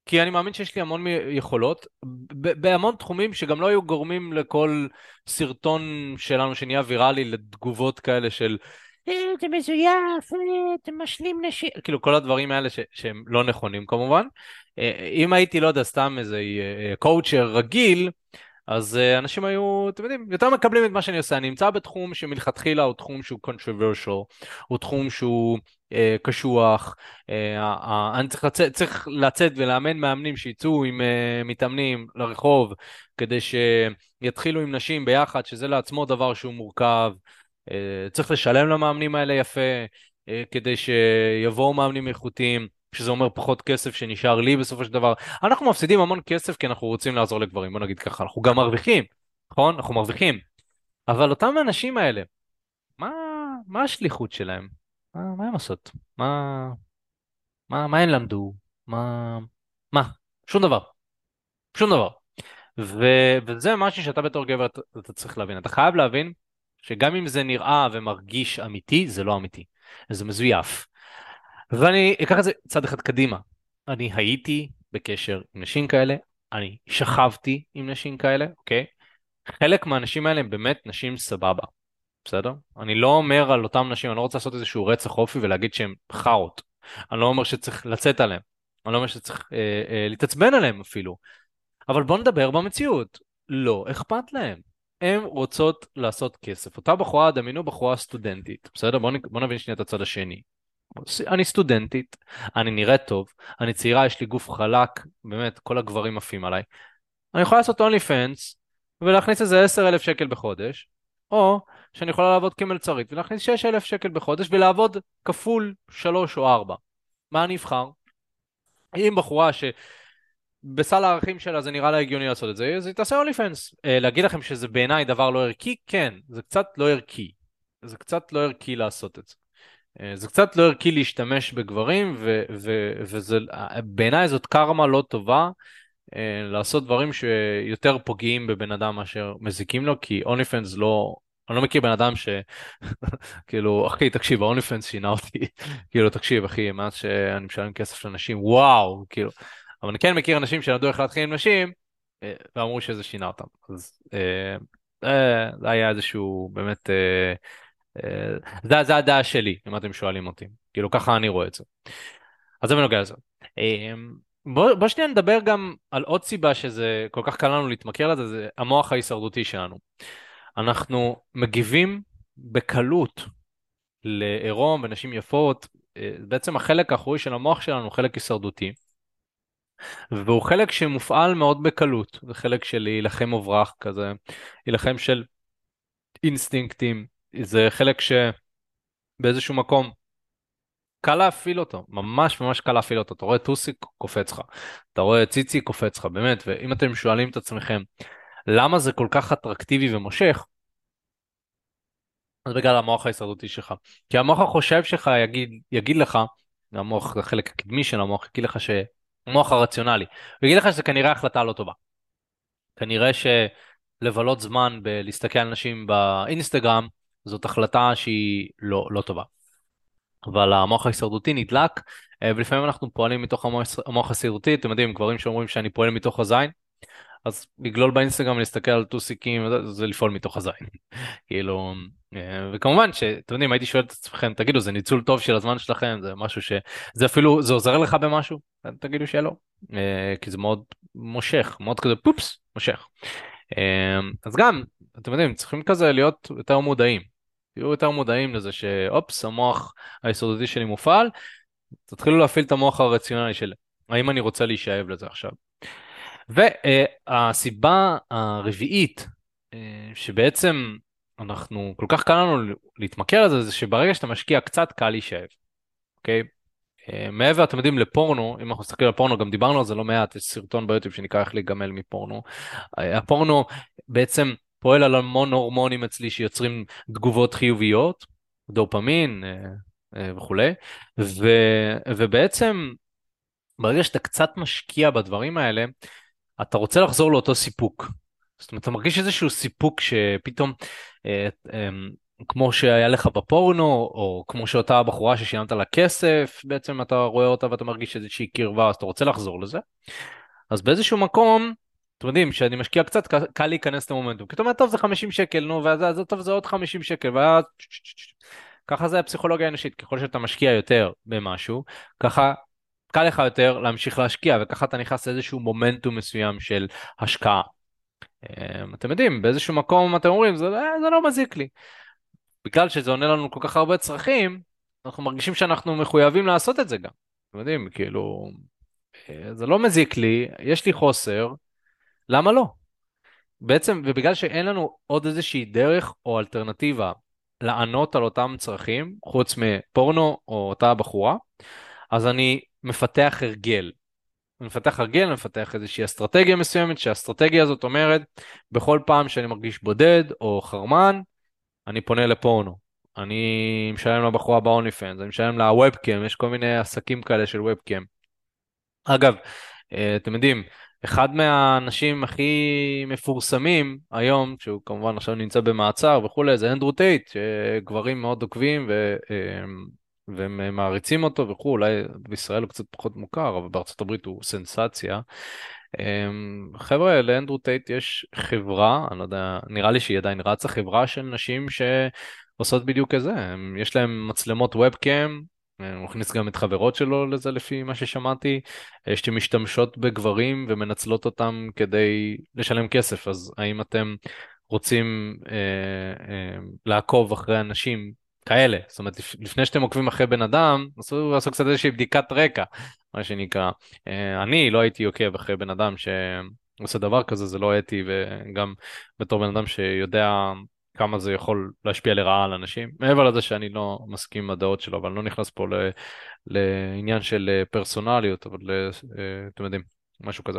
כי אני מאמין שיש לי המון מ- יכולות, ב- בהמון תחומים שגם לא היו גורמים לכל סרטון שלנו שנהיה ויראלי לתגובות כאלה של "אה, זה מזויף, אה, אתם משלים נשים", כאילו כל הדברים האלה ש- שהם לא נכונים כמובן. אה, אם הייתי, לא יודע, סתם איזה קואוצ'ר רגיל, אז uh, אנשים היו, אתם יודעים, יותר מקבלים את מה שאני עושה. אני נמצא בתחום שמלכתחילה הוא תחום שהוא controversial, הוא תחום שהוא uh, קשוח. Uh, uh, אני צריך לצאת, צריך לצאת ולאמן מאמנים שיצאו עם uh, מתאמנים לרחוב, כדי שיתחילו עם נשים ביחד, שזה לעצמו דבר שהוא מורכב. Uh, צריך לשלם למאמנים האלה יפה, uh, כדי שיבואו מאמנים איכותיים. שזה אומר פחות כסף שנשאר לי בסופו של דבר. אנחנו מפסידים המון כסף כי אנחנו רוצים לעזור לגברים, בוא נגיד ככה, אנחנו גם מרוויחים, נכון? אנחנו מרוויחים. אבל אותם האנשים האלה, מה, מה השליחות שלהם? מה, מה הם עושות? מה, מה, מה הם למדו? מה, מה? שום דבר, שום דבר. ו, וזה משהו שאתה בתור גבר אתה, אתה צריך להבין. אתה חייב להבין שגם אם זה נראה ומרגיש אמיתי, זה לא אמיתי. זה מזויף. ואני אקח את זה צעד אחד קדימה. אני הייתי בקשר עם נשים כאלה, אני שכבתי עם נשים כאלה, אוקיי? חלק מהנשים האלה הם באמת נשים סבבה, בסדר? אני לא אומר על אותם נשים, אני לא רוצה לעשות איזשהו רצח אופי ולהגיד שהן חארות. אני לא אומר שצריך לצאת עליהן. אני לא אומר שצריך אה, אה, להתעצבן עליהן אפילו. אבל בוא נדבר במציאות. לא אכפת להם. הן רוצות לעשות כסף. אותה בחורה, דמיינו בחורה סטודנטית, בסדר? בוא, נ... בוא נבין שנייה את הצד השני. אני סטודנטית, אני נראית טוב, אני צעירה, יש לי גוף חלק, באמת, כל הגברים עפים עליי. אני יכולה לעשות אונלי פנס ולהכניס איזה עשרת אלפים שקל בחודש, או שאני יכולה לעבוד כמלצרית ולהכניס שישה אלף שקל בחודש ולעבוד כפול שלוש או ארבע. מה אני אבחר? אם בחורה שבסל הערכים שלה זה נראה לה הגיוני לעשות את זה, אז היא תעשה אונלי פנס. להגיד לכם שזה בעיניי דבר לא ערכי? כן, זה קצת לא ערכי. זה קצת לא ערכי לעשות את זה. אה, זה קצת לא ערכי להשתמש בגברים, ו- ו- וזה, בעיניי זאת קרמה לא טובה, אה, לעשות דברים שיותר פוגעים בבן אדם מאשר מזיקים לו, כי אוניפנס לא, אני לא מכיר בן אדם ש... כאילו, אחי, תקשיב, האוניפנס שינה אותי, כאילו, תקשיב, אחי, מאז שאני משלם כסף לנשים, וואו, כאילו, אבל אני כן מכיר אנשים שלמדו איך להתחיל עם נשים, אה, ואמרו שזה שינה אותם, אז אה, אה, זה היה איזשהו, באמת, אה, אה, זה, זה הדעה שלי, אם אתם שואלים אותי. כאילו, ככה אני רואה את זה. אז זה בנוגע לזה. אה, בוא, בוא שנייה נדבר גם על עוד סיבה שזה כל כך קל לנו להתמכר לזה, זה המוח ההישרדותי שלנו. אנחנו מגיבים בקלות לעירום ונשים יפות. אה, בעצם החלק האחורי של המוח שלנו הוא חלק הישרדותי, והוא חלק שמופעל מאוד בקלות. זה חלק של להילחם וברח כזה, להילחם של אינסטינקטים. זה חלק שבאיזשהו מקום קל להפעיל אותו, ממש ממש קל להפעיל אותו. אתה רואה טוסיק, קופץ לך. אתה רואה ציצי, קופץ לך, באמת. ואם אתם שואלים את עצמכם, למה זה כל כך אטרקטיבי ומושך? אז בגלל המוח ההישרדותי שלך. כי המוח החושב שלך יגיד, יגיד לך, המוח, החלק הקדמי של המוח, יגיד לך המוח הרציונלי, הוא יגיד לך שזה כנראה החלטה לא טובה. כנראה שלבלות זמן בלהסתכל על אנשים באינסטגרם, זאת החלטה שהיא לא, לא טובה. אבל המוח ההישרדותי נדלק, אה, ולפעמים אנחנו פועלים מתוך המוח, המוח ההישרדותי. אתם יודעים, גברים שאומרים שאני פועל מתוך הזין, אז לגלול באינסטגרם, להסתכל על טוסיקים, זה, זה לפעול מתוך הזין. כאילו, אה, וכמובן שאתם יודעים, הייתי שואל את עצמכם, תגידו, זה ניצול טוב של הזמן שלכם? זה משהו ש... זה אפילו, זה עוזר לך במשהו? תגידו שלא. אה, כי זה מאוד מושך, מאוד כזה פופס, מושך. אה, אז גם, אתם יודעים, צריכים כזה להיות יותר מודעים. תהיו יותר מודעים לזה שאופס, המוח היסודי שלי מופעל, תתחילו להפעיל את המוח הרציונלי של האם אני רוצה להישאב לזה עכשיו. והסיבה הרביעית, אה, שבעצם אנחנו, כל כך קל לנו להתמכר לזה, זה שברגע שאתה משקיע קצת, קל להישאב, אוקיי? אה, מעבר, אתם יודעים, לפורנו, אם אנחנו מסתכלים על פורנו, גם דיברנו על זה לא מעט, יש סרטון ביוטיוב שנקרא איך להיגמל מפורנו. אה, הפורנו בעצם פועל על המון הורמונים אצלי שיוצרים תגובות חיוביות, דופמין אה, אה, וכולי, ו, ובעצם ברגע שאתה קצת משקיע בדברים האלה, אתה רוצה לחזור לאותו סיפוק. זאת אומרת, אתה מרגיש איזשהו סיפוק שפתאום, אה, אה, כמו שהיה לך בפורנו, או כמו שאותה בחורה ששילמת לה כסף, בעצם אתה רואה אותה ואתה מרגיש איזושהי קרבה, אז אתה רוצה לחזור לזה. אז באיזשהו מקום, אתם יודעים, כשאני משקיע קצת, ק- קל להיכנס למומנטום. כי אתה אומר, טוב, זה חמישים שקל, נו, ואז זה, טוב, זה עוד חמישים שקל, ואז... ככה זה הפסיכולוגיה האנושית, ככל שאתה משקיע יותר במשהו, ככה קל לך יותר להמשיך להשקיע, וככה אתה נכנס לאיזשהו מומנטום מסוים של השקעה. אמ, אתם יודעים, באיזשהו מקום אתם אומרים, זה, "אה, זה לא מזיק לי." בגלל שזה עונה לנו כל כך הרבה צרכים, אנחנו מרגישים שאנחנו מחויבים לעשות את זה גם. אתם יודעים, כאילו, אה, זה לא מזיק לי, יש לי חוסר, למה לא? בעצם, ובגלל שאין לנו עוד איזושהי דרך או אלטרנטיבה לענות על אותם צרכים, חוץ מפורנו או אותה בחורה, אז אני מפתח הרגל. אני מפתח הרגל, אני מפתח איזושהי אסטרטגיה מסוימת, שהאסטרטגיה הזאת אומרת, בכל פעם שאני מרגיש בודד או חרמן, אני פונה לפורנו. אני משלם לבחורה ב-אונלי פנס, אני משלם לה וובקאם, יש כל מיני עסקים כאלה של וובקאם. אגב, אה, אתם יודעים, אחד מהאנשים הכי מפורסמים היום, שהוא כמובן עכשיו נמצא במעצר וכולי, זה אנדרו טייט, שגברים מאוד עוקבים ו... אה, והם מעריצים אותו וכו', אולי בישראל הוא קצת פחות מוכר, אבל בארצות הברית הוא סנסציה. אמ, חבר'ה, לאנדרו טייט יש חברה, אני לא יודע, נראה לי שהיא עדיין רצה, חברה של נשים שעושות בדיוק את זה. הם- יש להם מצלמות ובקאם, הוא הכניס גם את חברות שלו לזה לפי מה ששמעתי, אה, שמשתמשות בגברים ומנצלות אותם כדי לשלם כסף. אז האם אתם רוצים אה, אה, לעקוב אחרי אנשים כאלה? זאת אומרת, לפ- לפני שאתם עוקבים אחרי בן אדם, עשו, עשו קצת איזושהי בדיקת רקע, מה שנקרא. אה, אני לא הייתי עוקב אחרי בן אדם שעושה דבר כזה, זה לא אתי, וגם בתור בן אדם שיודע כמה זה יכול להשפיע לרעה על אנשים. מעבר לזה שאני לא מסכים עם הדעות שלו, אבל אני לא נכנס פה ל- לעניין של אה, פרסונליות, אבל אה, אה, אתם יודעים, משהו כזה.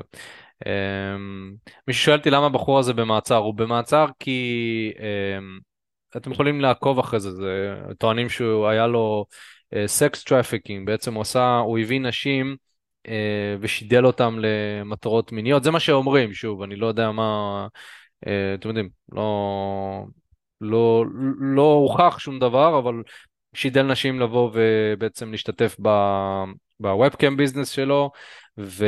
אמ, מישהו שואל אותי למה הבחור הזה במעצר. הוא במעצר כי אמ, אתם יכולים לעקוב אחרי זה, זה טוענים שהוא היה לו סקס טראפיקינג, בעצם הוא עשה, הוא הביא נשים אה, ושידל אותם למטרות מיניות, זה מה שאומרים, שוב, אני לא יודע מה, אה, אתם יודעים, לא, לא, לא הוכח שום דבר, אבל שידל נשים לבוא ובעצם להשתתף ב, בוובקאם ביזנס שלו, ו,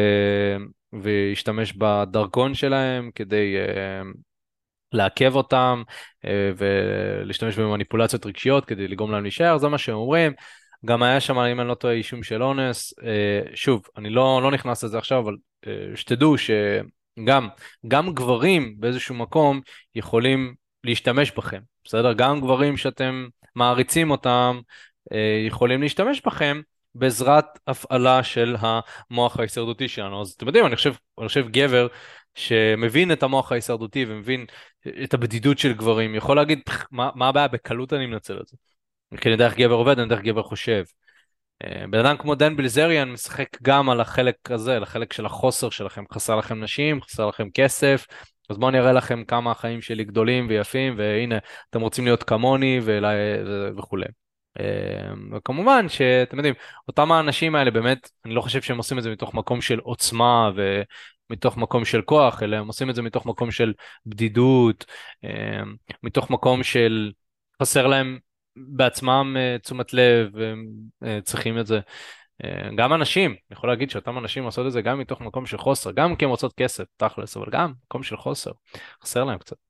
והשתמש בדרכון שלהם כדי אה, לעכב אותם אה, ולהשתמש במניפולציות רגשיות כדי לגרום להם להישאר, זה מה שהם אומרים. גם היה שם, אם אני לא טועה, אישום של אונס. אה, שוב, אני לא, לא נכנס לזה עכשיו, אבל אה, שתדעו שגם גם גברים באיזשהו מקום יכולים להשתמש בכם, בסדר? גם גברים שאתם מעריצים אותם אה, יכולים להשתמש בכם בעזרת הפעלה של המוח ההישרדותי שלנו. אז אתם יודעים, אני חושב, אני חושב גבר שמבין את המוח ההישרדותי ומבין את הבדידות של גברים, יכול להגיד, "פח, מה, מה הבעיה? בקלות אני מנצל את זה. כי אני יודע איך גבר עובד, אני יודע איך גבר חושב." אה, בן אדם כמו דן בילזריאן משחק גם על החלק הזה, על החלק של החוסר שלכם. חסר לכם נשים, חסר לכם כסף, אז בואו נראה לכם כמה החיים שלי גדולים ויפים, והנה, אתם רוצים להיות כמוני ולה- ו- וכולי. אה, וכמובן שאתם יודעים, אותם האנשים האלה באמת, אני לא חושב שהם עושים את זה מתוך מקום של עוצמה ומתוך מקום של כוח, אלא הם עושים את זה מתוך מקום של בדידות, אה, מתוך מקום של חסר להם בעצמם אה, תשומת לב, והם אה, צריכים את זה. אה, גם אנשים, אני יכול להגיד שאותם אנשים עושות את זה גם מתוך מקום של חוסר, גם כי הם רוצות כסף, תכלס, אבל גם מקום של חוסר, חסר להם קצת.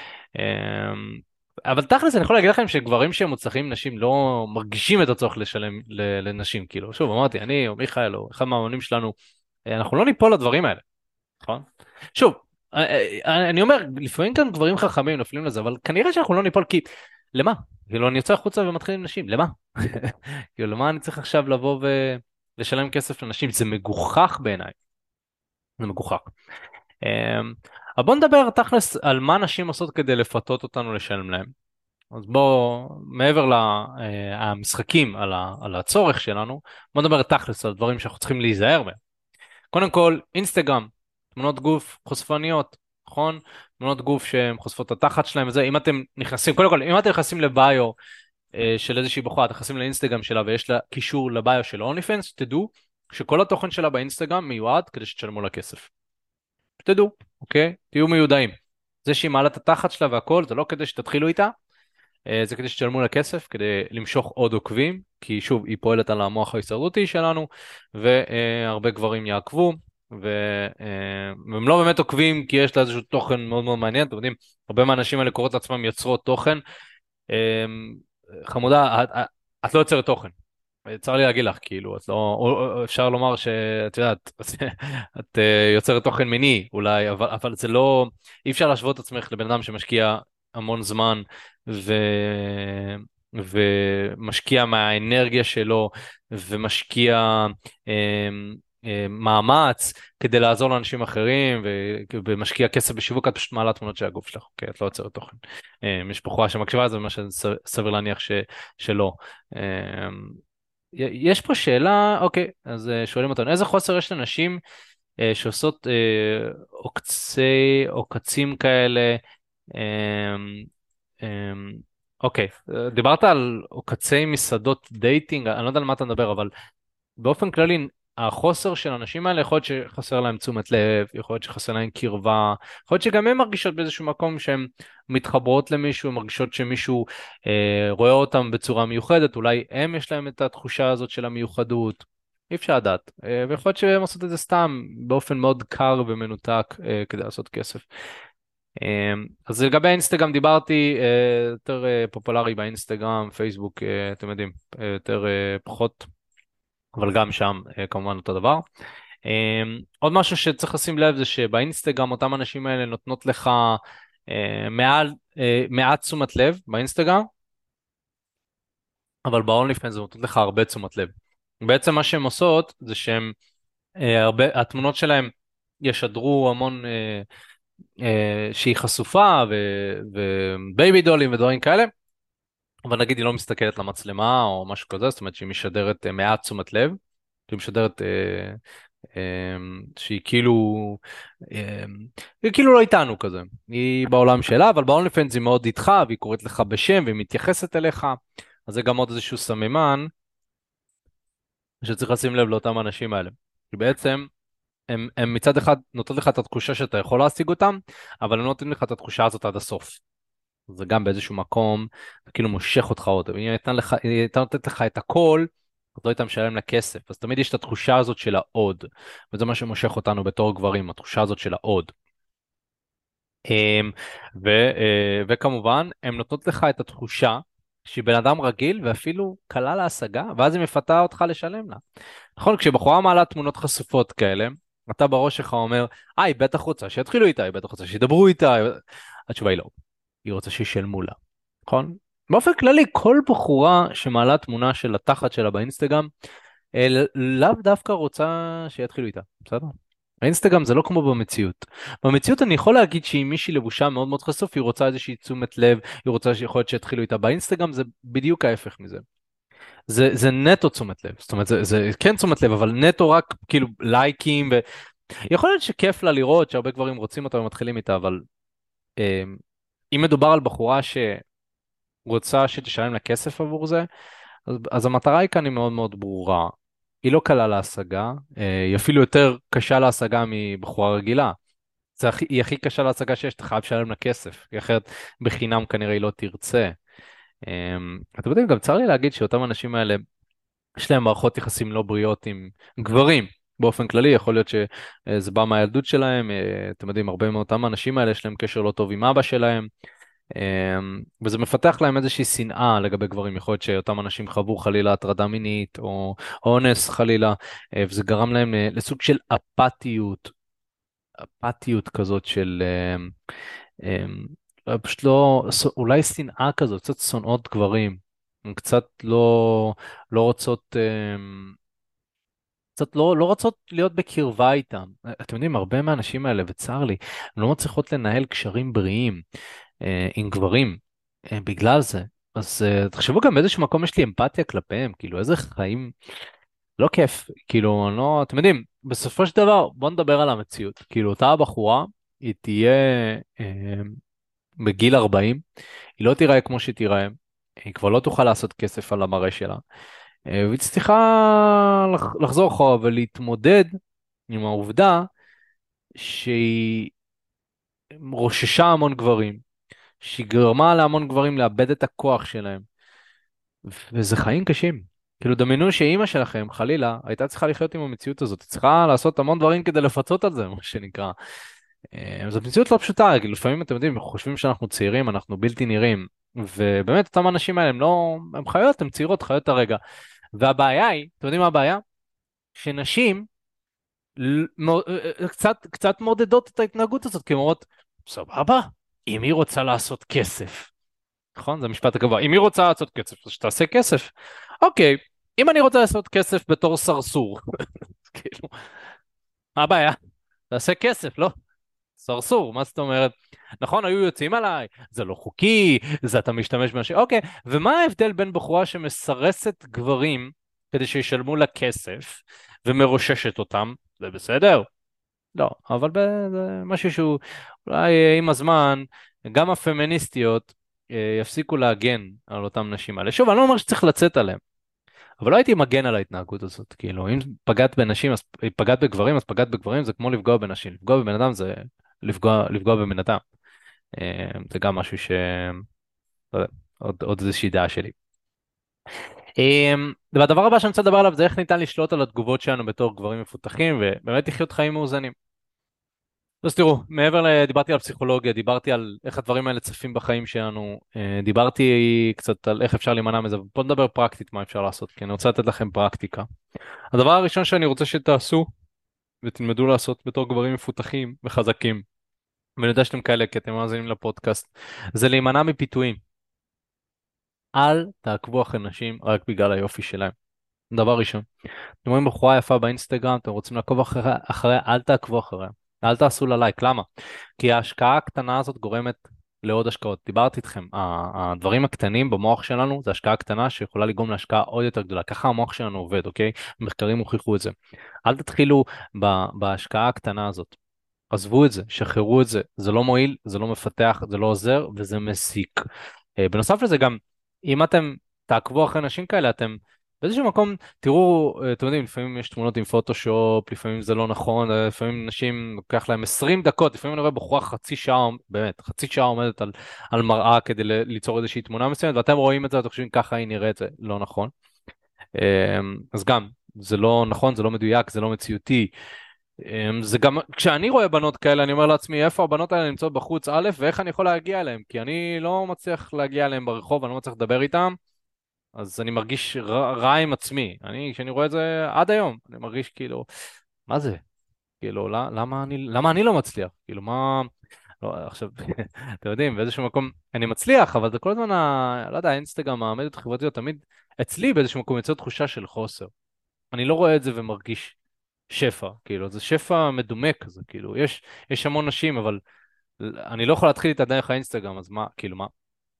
אה, אבל תכלס אני יכול להגיד לכם שגברים שהם מוצלחים, נשים לא מרגישים את הצורך לשלם ל- לנשים, כאילו, שוב, אמרתי, אני או מיכאל או אחד מהאמנים שלנו, אה, אנחנו לא ניפול לדברים האלה, נכון? שוב, אה, אה, אני אומר, לפעמים גם גברים חכמים נופלים לזה, אבל כנראה שאנחנו לא ניפול כי, למה? כאילו, אני יוצא החוצה ומתחיל עם נשים, למה? כאילו, למה אני צריך עכשיו לבוא ולשלם כסף לנשים? זה מגוחך בעיניי, זה מגוחך. אמ, אבל בוא נדבר תכלס על מה נשים עושות כדי לפתות אותנו לשלם להם. אז בוא, מעבר למשחקים על ה- על הצורך שלנו, בוא נדבר תכלס על דברים שאנחנו צריכים להיזהר מהם. קודם כל, אינסטגרם, תמונות גוף חושפניות, נכון? תמונות גוף שהן חושפות את התחת שלהם וזה, אם אתם נכנסים, קודם כל, אם אתם נכנסים לביו אה, של איזושהי בחורה, אתם נכנסים לאינסטגרם שלה ויש לה קישור לביו של אוניפנס, תדעו שכל התוכן שלה באינסטגרם מיועד כדי שתשלמו לה כסף. תדעו, אוקיי? תהיו מיודעים. זה שהיא מעלה את התחת שלה והכל, זה לא כדי שתתחילו איתה, אה, זה כדי שתשלמו לה כסף, כדי למשוך עוד עוקבים, כי שוב, היא פועלת על המוח ההישרדותי שלנו, והרבה גברים יעקבו, ו- אה, והם לא באמת עוקבים כי יש לה איזשהו תוכן מאוד מאוד מעניין, אתם יודעים, הרבה מהאנשים האלה קוראות לעצמם יוצרות תוכן. אה, חמודה, את, את את לא יוצרת תוכן. צר לי להגיד לך, כאילו, את לא, או, או, אפשר לומר שאת יודעת, את אה, יוצרת תוכן מיני אולי, אבל, אבל זה לא, אי אפשר להשוות את עצמך לבן אדם שמשקיע המון זמן ו, ומשקיע מהאנרגיה שלו ומשקיע אה, אה, מאמץ כדי לעזור לאנשים אחרים ו- ומשקיע כסף בשיווק, את פשוט מעלה תמונות של הגוף שלך, אוקיי? את לא יוצרת תוכן. אה, יש בחורה שמקשיבה לזה, ומה שסביר להניח ש, שלא. אה, יש פה שאלה, אוקיי, אז אה, שואלים אותנו, איזה חוסר יש לנשים אה, שעושות אה, עוקצי, עוקצים כאלה, אה, אה, אוקיי, אה, דיברת על עוקצי מסעדות דייטינג, אני לא יודע על מה אתה מדבר, אבל באופן כללי, החוסר של האנשים האלה, יכול להיות שחסר להם תשומת לב, יכול להיות שחסר להם קרבה, יכול להיות שגם הן מרגישות באיזשהו מקום שהן מתחברות למישהו, הן מרגישות שמישהו אה, רואה אותם בצורה מיוחדת, אולי הם יש להם את התחושה הזאת של המיוחדות, אי אפשר לדעת, אה, ויכול להיות שהן עושות את זה סתם, באופן מאוד קר ומנותק, אה, כדי לעשות כסף. אה, אז לגבי האינסטגרם דיברתי, אה, יותר אה, פופולרי באינסטגרם, פייסבוק, אה, אתם יודעים, אה, יותר אה, פחות. אבל גם שם אה, כמובן אותו דבר. אה, עוד משהו שצריך לשים לב זה שבאינסטגרם אותם אנשים האלה נותנות לך אה, מעל, אה, מעט תשומת לב באינסטגרם, אבל ב-only fans זה נותנות לך הרבה תשומת לב. בעצם מה שהן עושות זה שהן, אה, הרבה, התמונות שלהם ישדרו המון אה, אה, שהיא חשופה ובייבי דולים ודברים כאלה, אבל נגיד היא לא מסתכלת למצלמה או משהו כזה, זאת אומרת שהיא משדרת אה, מעט תשומת לב, היא משדרת אה, אמ, שהיא כאילו, אמ, היא כאילו לא איתנו כזה, היא בעולם שלה, אבל ב-only fans היא מאוד איתך, והיא קוראת לך בשם, והיא מתייחסת אליך, אז זה גם עוד איזשהו סממן, שצריך לשים לב לאותם האנשים האלה. כי בעצם, הם, הם מצד אחד נותנים לך את התחושה שאתה יכול להשיג אותם, אבל הם לא נותנים לך את התחושה הזאת עד הסוף. זה גם באיזשהו מקום, זה כאילו מושך אותך עוד, אם היא הייתה לך- היא הייתה נותנת לך את הכל, אז לא היית משלם לה כסף, אז תמיד יש את התחושה הזאת של העוד, וזה מה שמושך אותנו בתור גברים, התחושה הזאת של העוד. אמ, ו, אה, וכמובן, הן נותנות לך את התחושה שהיא בן אדם רגיל ואפילו קלה להשגה, ואז היא מפתה אותך לשלם לה. נכון, כשבחורה מעלה תמונות חשופות כאלה, אתה בראש שלך אומר, אה, היא בטח רוצה שיתחילו איתה, היא בטח רוצה שידברו איתה, התשובה היא לא. היא רוצה שישלמו לה, נכון? באופן כללי, כל בחורה שמעלה תמונה של התחת שלה באינסטגרם, אה, לאו דווקא רוצה שיתחילו איתה, בסדר? האינסטגרם זה לא כמו במציאות. במציאות אני יכול להגיד שאם מישהי לבושה מאוד מאוד חשוף, היא רוצה איזושהי תשומת לב, היא רוצה שיכול להיות שיתחילו איתה. באינסטגרם זה בדיוק ההפך מזה. זה, זה נטו תשומת לב, זאת אומרת, זה, זה כן תשומת לב, אבל נטו רק כאילו לייקים, ו... יכול להיות שכיף לה לראות שהרבה גברים רוצים אותה ומתחילים איתה, אבל אה, אם מדובר על בחורה שרוצה שתשלם לה כסף עבור זה, אז, אז המטרה היא כאן היא מאוד מאוד ברורה. היא לא קלה להשגה, אה, היא אפילו יותר קשה להשגה מבחורה רגילה. זה הכי, היא הכי קשה להשגה שיש, אתה חייב לשלם לה כסף, כי אחרת בחינם כנראה היא לא תרצה. אה, אתם יודעים, גם צר לי להגיד שאותם אנשים האלה, יש להם מערכות יחסים לא בריאות עם גברים. באופן כללי, יכול להיות שזה בא מהילדות שלהם, אה, אתם יודעים, הרבה מאותם האנשים האלה יש להם קשר לא טוב עם אבא שלהם, אמ, וזה מפתח להם איזושהי שנאה לגבי גברים, יכול להיות שאותם אנשים חוו חלילה הטרדה מינית או אונס חלילה, אה, וזה גרם להם אה, לסוג של אפתיות, אפתיות כזאת של אמ, אמ, אה, פשוט לא, ס- אולי שנאה כזאת, קצת שונאות גברים, הם קצת לא, לא רוצות, אמ, קצת לא, לא רוצות להיות בקרבה איתם. אה, אתם יודעים, הרבה מהאנשים האלה, וצר לי, הם לא מצליחות לנהל קשרים בריאים. אה, עם גברים, אה, בגלל זה. אז אה, תחשבו גם באיזשהו מקום יש לי אמפתיה כלפיהם, כאילו איזה חיים, לא כיף, כאילו, אני לא, אתם יודעים, בסופו של דבר, בוא נדבר על המציאות, כאילו אותה בחורה, היא תהיה אה, בגיל ארבעים, היא לא תיראה כמו שהיא תיראה, היא כבר לא תוכל לעשות כסף על המראה שלה, אה, והיא צריכה לח, לחזור אחורה ולהתמודד עם העובדה שהיא רוששה המון גברים, שגרמה להמון גברים לאבד את הכוח שלהם. וזה חיים קשים. כאילו, דמיינו שאימא שלכם, חלילה, הייתה צריכה לחיות עם המציאות הזאת. היא צריכה לעשות המון דברים כדי לפצות על זה, מה שנקרא. אה, זאת מציאות לא פשוטה, כאילו, לפעמים אתם יודעים, אנחנו חושבים שאנחנו צעירים, אנחנו בלתי נראים. ובאמת, אותם אנשים האלה, הם לא, הם חיות, הם צעירות, חיות הרגע. והבעיה היא, אתם יודעים מה הבעיה? שנשים ל- מו- אה, אה, קצת, קצת מעודדות את ההתנהגות הזאת, כי הן אומרות, סבבה, אם היא רוצה לעשות כסף, נכון? זה המשפט הקבוע. אם היא רוצה לעשות כסף, אז שתעשה כסף. אוקיי, אם אני רוצה לעשות כסף בתור סרסור, כאילו, מה הבעיה? תעשה כסף, לא? סרסור, מה זאת אומרת? נכון, היו יוצאים עליי, זה לא חוקי, זה אתה משתמש באנשים, אוקיי, ומה ההבדל בין בחורה שמסרסת גברים כדי שישלמו לה כסף ומרוששת אותם? זה בסדר? לא, אבל ב- זה משהו שהוא, אולי אה, עם הזמן, גם הפמיניסטיות אה, יפסיקו להגן על אותם נשים האלה. שוב, אני לא אומר שצריך לצאת עליהם, אבל לא הייתי מגן על ההתנהגות הזאת. כאילו, אם פגעת בנשים, אז פגעת בגברים, אז פגעת בגברים, זה כמו לפגוע בנשים. לפגוע בבן אדם זה לפגוע, לפגוע בבן אדם. אה, זה גם משהו ש... לא יודע, עוד, עוד איזושהי דעה שלי. אה, והדבר הבא שאני רוצה לדבר עליו זה איך ניתן לשלוט על התגובות שלנו בתור גברים מפותחים, ובאמת לחיות חיים מאוזנים. אז תראו, מעבר לדיברתי על פסיכולוגיה, דיברתי על איך הדברים האלה צפים בחיים שלנו, אה, דיברתי קצת על איך אפשר להימנע מזה, בואו נדבר פרקטית מה אפשר לעשות, כי אני רוצה לתת לכם פרקטיקה. הדבר הראשון שאני רוצה שתעשו ותלמדו לעשות בתור גברים מפותחים וחזקים, ואני יודע שאתם כאלה כי אתם מאזינים לפודקאסט, זה להימנע מפיתויים. אל תעקבו אחרי נשים רק בגלל היופי שלהם. דבר ראשון. אתם רואים בחורה יפה באינסטגרם, אתם רוצים לעקוב אחריה, אחריה, אל תעקבו אחריה. אל תעשו לה לייק, למה? כי ההשקעה הקטנה הזאת גורמת לעוד השקעות. דיברתי איתכם, ה- הדברים הקטנים במוח שלנו זה השקעה קטנה שיכולה לגרום להשקעה עוד יותר גדולה. ככה המוח שלנו עובד, אוקיי? מחקרים הוכיחו את זה. אל תתחילו ב- בהשקעה הקטנה הזאת. עזבו את זה, שחררו את זה. זה לא מועיל, זה לא מפתח, זה לא עוזר וזה מסיק. אה, בנוסף לזה גם, אם אתם תעקבו אחרי נשים כאלה, אתם באיזשהו מקום, תראו, אה, אתם יודעים, לפעמים יש תמונות עם פוטושופ, לפעמים זה לא נכון, אה, לפעמים נשים לוקח להם עשרים דקות, לפעמים אני רואה בחורה חצי שעה, באמת, חצי שעה עומדת על, על מראה כדי ל- ליצור איזושהי תמונה מסוימת, ואתם רואים את זה, ואתם חושבים ככה היא נראית, זה לא נכון. אה, אז גם, זה לא נכון, זה לא מדויק, זה לא מציאותי. אמ, זה גם, כשאני רואה בנות כאלה, אני אומר לעצמי, איפה הבנות האלה נמצאות בחוץ, א', ואיך אני יכול להגיע אליהן? כי אני לא מצליח להגיע אליהן ברחוב, אני לא מצליח לדבר איתן, אז אני מרגיש רע, רע עם עצמי. אני, כשאני רואה את זה עד היום, אני מרגיש כאילו, מה זה? כאילו, לא- למה אני, למה אני לא מצליח? כאילו, מה... לא, עכשיו, אתם יודעים, באיזשהו מקום אני מצליח, אבל זה כל הזמן, ה... לא יודע, האינסטגרם, המדיות החברתיות, תמיד אצלי באיזשהו מקום יוצר תחושה של חוסר. אני לא רואה את זה ומרגיש שפע, כאילו, זה שפע מדומה כזה, כאילו, יש, יש המון נשים, אבל אני לא יכול להתחיל איתה דרך האינסטגרם, אז מה, כאילו, מה?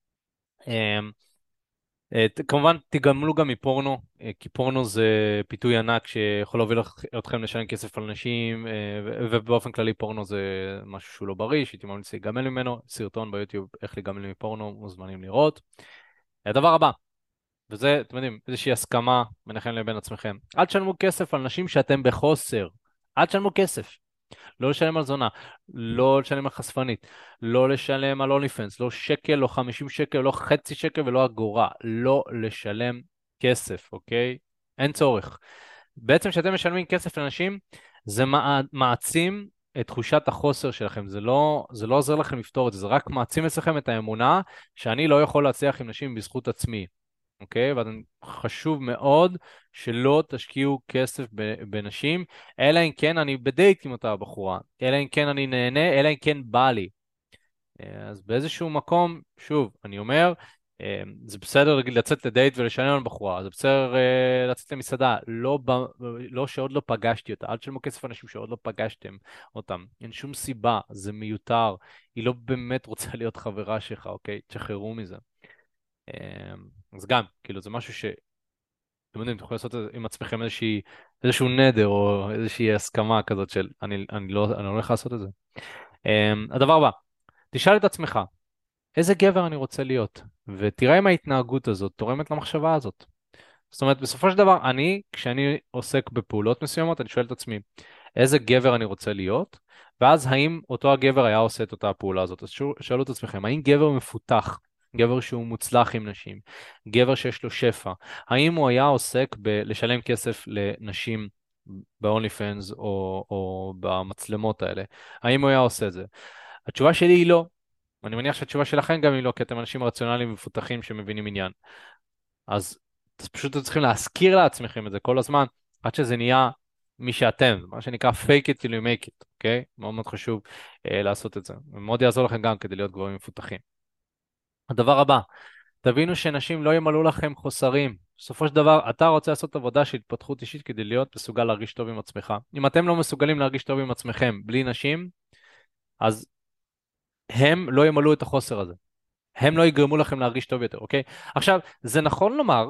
אמ, אה, ת- כמובן, תיגמלו גם מפורנו, אה, כי פורנו זה פיתוי ענק שיכול להוביל אתכ- אתכם לשלם כסף על נשים, אה, ו- ובאופן כללי פורנו זה משהו שהוא לא בריא, שהייתי ממליץ להיגמל ממנו, סרטון ביוטיוב איך להיגמל מפורנו, מוזמנים לראות. הדבר הבא, וזה, אתם יודעים, איזושהי הסכמה ביניכם לבין עצמכם, אל תשלמו כסף על נשים שאתם בחוסר, אל תשלמו כסף. לא לשלם על זונה, לא לשלם על חשפנית, לא לשלם על אוניפנס, לא שקל, לא חמישים שקל, לא חצי שקל ולא אגורה, לא לשלם כסף, אוקיי? אין צורך. בעצם כשאתם משלמים כסף לאנשים, זה מע... מעצים את תחושת החוסר שלכם, זה לא, זה לא עוזר לכם לפתור את זה, זה רק מעצים אצלכם את האמונה שאני לא יכול להצליח עם נשים בזכות עצמי. אוקיי? וחשוב מאוד שלא תשקיעו כסף ב- בנשים, אלא אם כן אני בדייט עם אותה בחורה, אלא אם כן אני נהנה, אלא אם כן בא לי. אה, אז באיזשהו מקום, שוב, אני אומר, אה, זה בסדר להגיד לצאת לדייט ולשלם על בחורה, זה בסדר אה, לצאת למסעדה, לא, ב, לא שעוד לא פגשתי אותה, אל תשלמו כסף לאנשים שעוד לא פגשתם אותם, אין שום סיבה, זה מיותר, היא לא באמת רוצה להיות חברה שלך, אוקיי? תשחררו מזה. אה, אז גם, כאילו, זה משהו ש... אתם יודעים, אתם יכולים לעשות עם עצמכם איזושהי, איזשהו נדר או איזושהי הסכמה כזאת של אני, אני לא, אני לא הולך לעשות את זה. Um, הדבר הבא, תשאל את עצמך, איזה גבר אני רוצה להיות? ותראה אם ההתנהגות הזאת תורמת למחשבה הזאת. זאת אומרת, בסופו של דבר, אני, כשאני עוסק בפעולות מסוימות, אני שואל את עצמי, איזה גבר אני רוצה להיות, ואז האם אותו הגבר היה עושה את אותה הפעולה הזאת. אז שאלו שאלו את עצמכם, האם גבר מפותח, גבר שהוא מוצלח עם נשים, גבר שיש לו שפע, האם הוא היה עוסק בלשלם כסף לנשים ב-אונלי פנס או, או במצלמות האלה? האם הוא היה עושה את זה? התשובה שלי היא לא. אני מניח שהתשובה שלכם גם היא לא, כי אתם אנשים רציונליים ומפותחים שמבינים עניין. אז פשוט אתם צריכים להזכיר לעצמכם את זה כל הזמן, עד שזה נהיה מי שאתם, מה שנקרא fake it till you make it, אוקיי? מאוד מאוד חשוב אה, לעשות את זה. ומאוד יעזור לכם גם כדי להיות גברים מפותחים. הדבר הבא, תבינו שנשים לא ימלאו לכם חוסרים. בסופו של דבר, אתה רוצה לעשות עבודה של התפתחות אישית כדי להיות מסוגל להרגיש טוב עם עצמך. אם אתם לא מסוגלים להרגיש טוב עם עצמכם בלי נשים, אז הם לא ימלאו את החוסר הזה. הם לא יגרמו לכם להרגיש טוב יותר, אוקיי? עכשיו, זה נכון לומר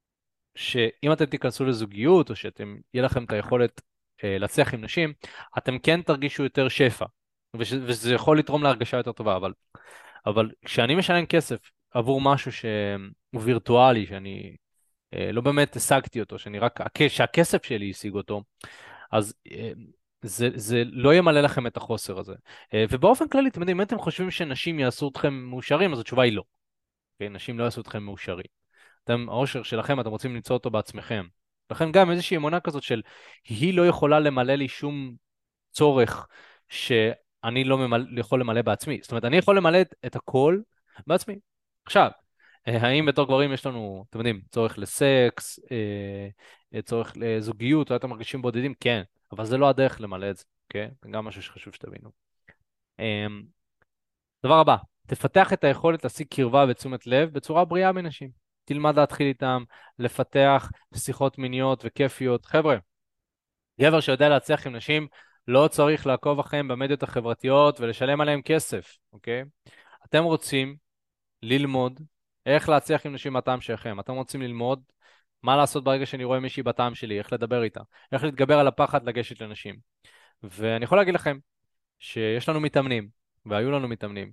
שאם אתם תיכנסו לזוגיות, או שאתם, יהיה לכם את היכולת אה, להצליח עם נשים, אתם כן תרגישו יותר שפע, וש, וזה יכול לתרום להרגשה יותר טובה, אבל, אבל כשאני משלם כסף עבור משהו שהוא וירטואלי, שאני אה, לא באמת השגתי אותו, שאני רק, שהכסף שלי השיג אותו, אז אה, זה, זה לא ימלא לכם את החוסר הזה. אה, ובאופן כללי, אתם יודעים, אם אתם חושבים שנשים יעשו אתכם מאושרים, אז התשובה היא לא. Okay? נשים לא יעשו אתכם מאושרים. אתם, האושר שלכם, אתם רוצים למצוא אותו בעצמכם. לכן גם איזושהי אמונה כזאת של, היא לא יכולה למלא לי שום צורך שאני לא ממלא, יכול למלא בעצמי. זאת אומרת, אני יכול למלא את, את הכל בעצמי. עכשיו, אה, האם בתור גברים יש לנו, אתם יודעים, צורך לסקס, אה, אה, צורך לזוגיות, או אתם מרגישים בודדים? כן, אבל זה לא הדרך למלא את זה, אוקיי? זה גם משהו שחשוב שתבינו. אה, דבר הבא, תפתח את היכולת להשיג קרבה ותשומת לב בצורה בריאה מנשים. תלמד להתחיל איתם, לפתח שיחות מיניות וכיפיות. חבר'ה, גבר שיודע להצליח עם נשים, לא צריך לעקוב אחריהם במדיות החברתיות ולשלם עליהם כסף, אוקיי? אתם רוצים ללמוד איך להצליח עם נשים בטעם שלכם. אתם רוצים ללמוד מה לעשות ברגע שאני רואה מישהי בטעם שלי, איך לדבר איתה, איך להתגבר על הפחד לגשת לנשים. ואני יכול להגיד לכם שיש לנו מתאמנים, והיו לנו מתאמנים,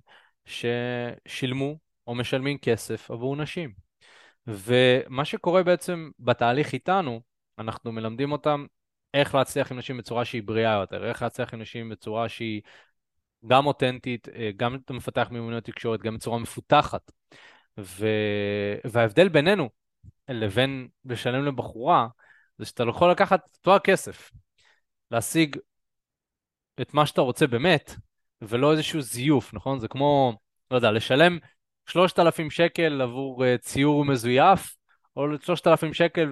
ששילמו או משלמים כסף עבור נשים. ומה שקורה בעצם בתהליך איתנו, אנחנו מלמדים אותם איך להצליח עם נשים בצורה שהיא בריאה יותר, איך להצליח עם נשים בצורה שהיא גם אותנטית, אה, גם אתה מפתח מיומנויות תקשורת, גם בצורה מפותחת. ו... וההבדל בינינו לבין לשלם לבחורה, זה שאתה לא יכול לקחת את אותו הכסף, להשיג את מה שאתה רוצה באמת, ולא איזשהו זיוף, נכון? זה כמו, לא יודע, לשלם שלושת אלפים שקל עבור uh, ציור מזויף, או שלושת אלפים שקל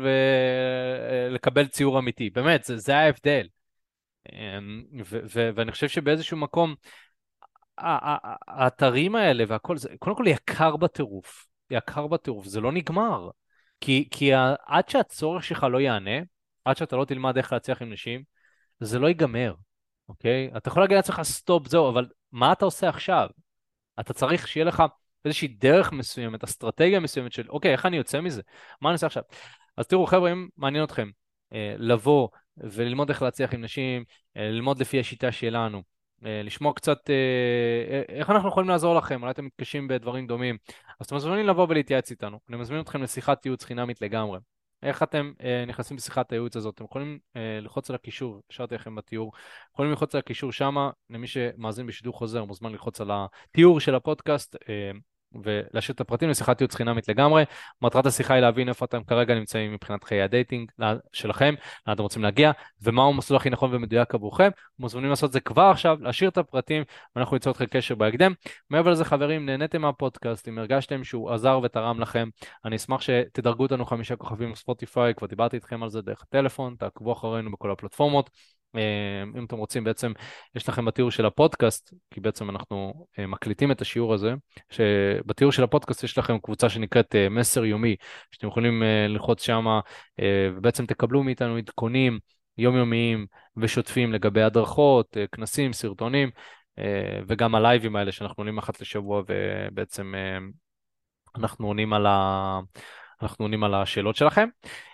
ולקבל ציור אמיתי. באמת, זה, זה ההבדל. אמ, ו- ו- ואני חושב שבאיזשהו מקום, ה- ה- ה- האתרים האלה והכל, זה קודם כל יקר בטירוף. יקר בטירוף, זה לא נגמר. כי, כי ה- עד שהצורך שלך לא יענה, עד שאתה לא תלמד איך להצליח עם נשים, זה לא ייגמר, אוקיי? אתה יכול להגיד לעצמך סטופ, זהו, אבל מה אתה עושה עכשיו? אתה צריך שיהיה לך איזושהי דרך מסוימת, אסטרטגיה מסוימת של, אוקיי, איך אני יוצא מזה? מה אני עושה עכשיו? אז תראו, חבר'ה, אם מעניין אתכם אה, לבוא וללמוד איך להצליח עם נשים, אה, ללמוד לפי השיטה שלנו, אה, לשמוע קצת אה, אה, איך אנחנו יכולים לעזור לכם, אולי אתם מתקשים בדברים דומים, אז אתם מזמינים לבוא ולהתייעץ איתנו. אני מזמין אתכם לשיחת ייעוץ חינמית לגמרי. איך אתם אה, נכנסים בשיחת הייעוץ הזאת? אתם יכולים אה, ללחוץ על הקישור, השארתי לכם בתיאור, יכולים ללחוץ על הקישור שמה, למי שמאזין בשידור חוזר, מוזמן ללחוץ על התיאור של הפודקאסט אה, ולהשאיר את הפרטים לשיחת ייעוץ חינמית לגמרי. מטרת השיחה היא להבין איפה אתם כרגע נמצאים מבחינת חיי הדייטינג שלכם, לאן אתם רוצים להגיע, ומהו המסלול הכי נכון ומדויק עבורכם. מוזמנים לעשות זה כבר עכשיו, להשאיר את הפרטים, ואנחנו ניצור אתכם קשר בהקדם. מעבר לזה, חברים, נהניתם מהפודקאסט, אם הרגשתם שהוא עזר ותרם לכם, אני אשמח שתדרגו אותנו חמישה כוכבים בספוטיפיי, כבר דיברתי איתכם על זה דרך הטלפון, תעקבו אחרינו בכל הפלטפורמות. אם אתם רוצים, בעצם יש לכם בתיאור של הפודקאסט, כי בעצם אנחנו מקליטים את השיעור הזה, שבתיאור של הפודקאסט יש לכם קבוצה שנקראת מסר יומי, שאתם יכולים ללחוץ שמה, ובעצם תקבלו מאיתנו עדכונים יומיומיים ושוטפים לגבי הדרכות, כנסים, סרטונים, וגם הלייבים האלה שאנחנו עולים אחת לשבוע, ובעצם אנחנו עונים על ה... אנחנו עונים על השאלות שלכם.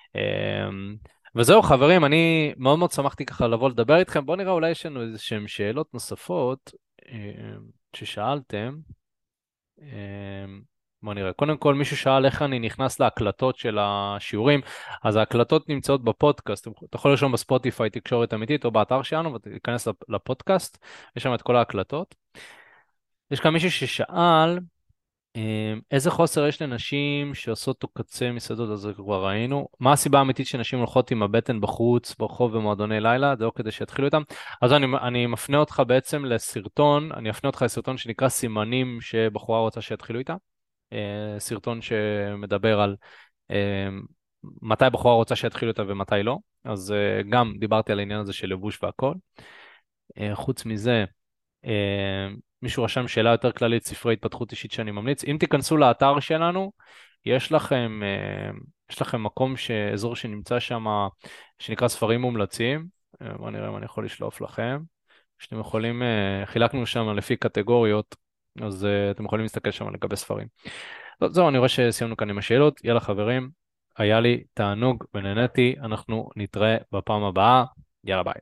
וזהו חברים, אני מאוד מאוד שמחתי ככה לבוא לדבר איתכם. בואו נראה, אולי יש לנו איזה שהן שאלות נוספות ששאלתם. בוא נראה. קודם כל, מישהו שאל איך אני נכנס להקלטות של השיעורים, אז ההקלטות נמצאות בפודקאסט, אתה יכול לרשום בספוטיפיי תקשורת אמיתית, או באתר שלנו, ותיכנס לפודקאסט, יש שם את כל ההקלטות. יש כאן מישהו ששאל, אמ, איזה חוסר יש לנשים שעושות עוקצי מסעדות, אז זה כבר ראינו. מה הסיבה האמיתית שנשים הולכות עם הבטן בחוץ, ברחוב במועדוני לילה, זה לא כדי שיתחילו איתם. אז אני, אני מפנה אותך בעצם לסרטון, אני אפנה אותך לסרטון שנקרא סימנים שבחורה רוצה שיתחילו איתה. אה, סרטון שמדבר על אה, מתי בחורה רוצה שיתחילו איתה ומתי לא. אז אה, גם דיברתי על העניין הזה של לבוש והכל. אה, חוץ מזה, אה, מישהו רשם שאלה יותר כללית, ספרי התפתחות אישית שאני ממליץ. אם תיכנסו לאתר שלנו, יש לכם, אה, יש לכם מקום, ש- אזור שנמצא שם, שנקרא ספרים מומלצים. אה, בואו נראה אם אני יכול לשלוף לכם. שאתם יכולים, אה, חילקנו שם לפי קטגוריות, אז אה, אתם יכולים להסתכל שם לגבי ספרים. טוב, זהו, אני רואה שסיימנו כאן עם השאלות. יאללה חברים, היה לי תענוג ונהניתי, אנחנו נתראה בפעם הבאה. יאללה ביי.